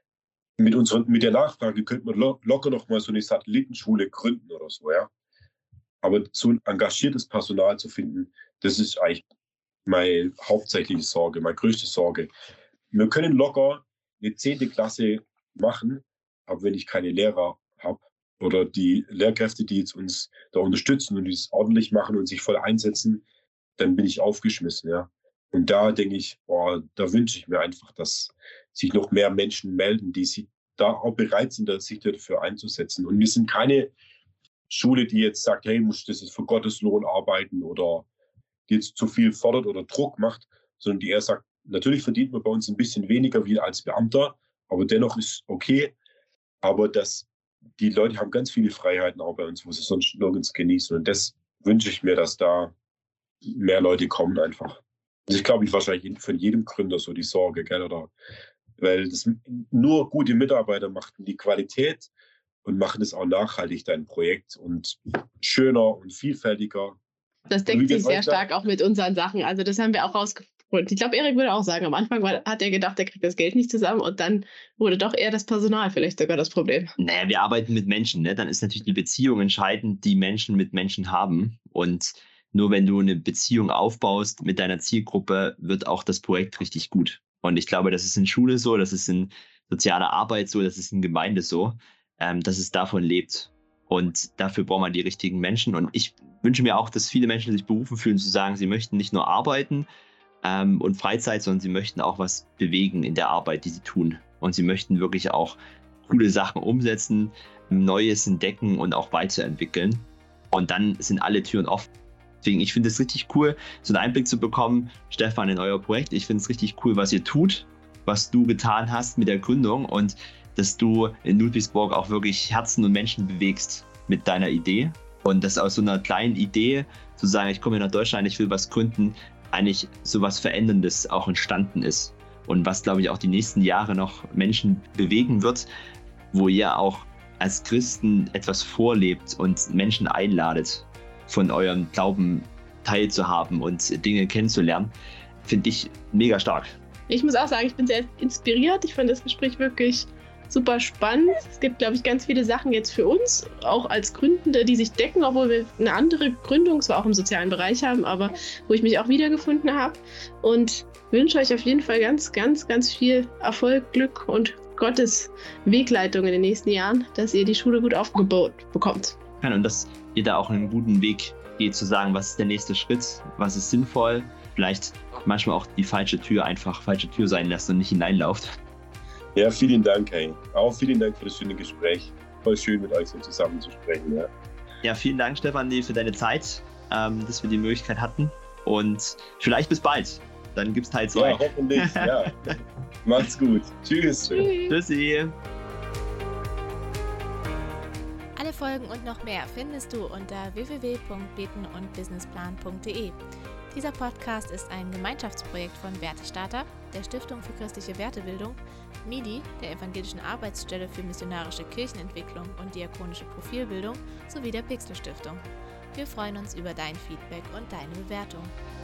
mit unserer, mit der Nachfrage könnte man lo- locker noch mal so eine Satellitenschule gründen oder so, ja. Aber so ein engagiertes Personal zu finden, das ist eigentlich meine hauptsächliche Sorge, meine größte Sorge. Wir können locker eine zehnte Klasse machen, aber wenn ich keine Lehrer habe oder die Lehrkräfte, die jetzt uns da unterstützen und die es ordentlich machen und sich voll einsetzen, dann bin ich aufgeschmissen, ja. Und da denke ich, boah, da wünsche ich mir einfach, dass sich noch mehr Menschen melden, die sich da auch bereit sind, sich dafür einzusetzen. Und wir sind keine Schule, die jetzt sagt, hey, muss das jetzt für Gottes Lohn arbeiten oder die jetzt zu viel fordert oder Druck macht, sondern die eher sagt, natürlich verdient man bei uns ein bisschen weniger wie als Beamter, aber dennoch ist okay. Aber das, die Leute haben ganz viele Freiheiten auch bei uns, wo sie sonst nirgends genießen. Und das wünsche ich mir, dass da mehr Leute kommen einfach. Das ist, glaube ich, wahrscheinlich von jedem Gründer so die Sorge, gell? Oder, weil das nur gute Mitarbeiter machen die Qualität und machen es auch nachhaltig, dein Projekt, und schöner und vielfältiger. Das deckt sich sehr stark auch mit unseren Sachen. Also das haben wir auch rausgefunden. Ich glaube, Erik würde auch sagen, am Anfang war, hat er gedacht, er kriegt das Geld nicht zusammen und dann wurde doch eher das Personal vielleicht sogar das Problem. Naja, wir arbeiten mit Menschen, ne? Dann ist natürlich die Beziehung entscheidend, die Menschen mit Menschen haben. Und nur wenn du eine Beziehung aufbaust mit deiner Zielgruppe, wird auch das Projekt richtig gut. Und ich glaube, das ist in Schule so, das ist in sozialer Arbeit so, das ist in Gemeinde so, ähm, dass es davon lebt. Und dafür braucht man die richtigen Menschen. Und ich wünsche mir auch, dass viele Menschen sich berufen fühlen, zu sagen, sie möchten nicht nur arbeiten ähm, und Freizeit, sondern sie möchten auch was bewegen in der Arbeit, die sie tun. Und sie möchten wirklich auch coole Sachen umsetzen, Neues entdecken und auch weiterentwickeln. Und dann sind alle Türen offen. Deswegen, ich finde es richtig cool, so einen Einblick zu bekommen, Stefan, in euer Projekt. Ich finde es richtig cool, was ihr tut, was du getan hast mit der Gründung und dass du in Ludwigsburg auch wirklich Herzen und Menschen bewegst mit deiner Idee. Und dass aus so einer kleinen Idee, zu sagen, ich komme nach Deutschland, ich will was gründen, eigentlich so was Veränderndes auch entstanden ist. Und was, glaube ich, auch die nächsten Jahre noch Menschen bewegen wird, wo ihr auch als Christen etwas vorlebt und Menschen einladet, von eurem Glauben teilzuhaben und Dinge kennenzulernen, finde ich mega stark. Ich muss auch sagen, ich bin sehr inspiriert. Ich fand das Gespräch wirklich super spannend. Es gibt, glaube ich, ganz viele Sachen jetzt für uns, auch als Gründende, die sich decken, obwohl wir eine andere Gründung, zwar auch im sozialen Bereich haben, aber wo ich mich auch wiedergefunden habe. Und wünsche euch auf jeden Fall ganz, ganz, ganz viel Erfolg, Glück und Gottes Wegleitung in den nächsten Jahren, dass ihr die Schule gut aufgebaut bekommt. Und dass ihr da auch einen guten Weg geht, zu sagen, was ist der nächste Schritt, was ist sinnvoll, vielleicht manchmal auch die falsche Tür einfach falsche Tür sein lässt und nicht hineinlauft. Ja, vielen Dank, hey. Auch vielen Dank für das schöne Gespräch. Voll schön, mit euch so zusammen zu sprechen. Ja, ja vielen Dank, Stefan, für deine Zeit, ähm, dass wir die Möglichkeit hatten. Und vielleicht bis bald. Dann gibt es Teil zwei. Ja, hoffentlich. Ja. Macht's gut. Tschüss. Tschüss. Tschüssi. Alle Folgen und noch mehr findest du unter w w w punkt beten und businessplan punkt de. Dieser Podcast ist ein Gemeinschaftsprojekt von Wertestarter, der Stiftung für christliche Wertebildung, M I D I, der Evangelischen Arbeitsstelle für missionarische Kirchenentwicklung und diakonische Profilbildung sowie der Pixel Stiftung. Wir freuen uns über dein Feedback und deine Bewertung.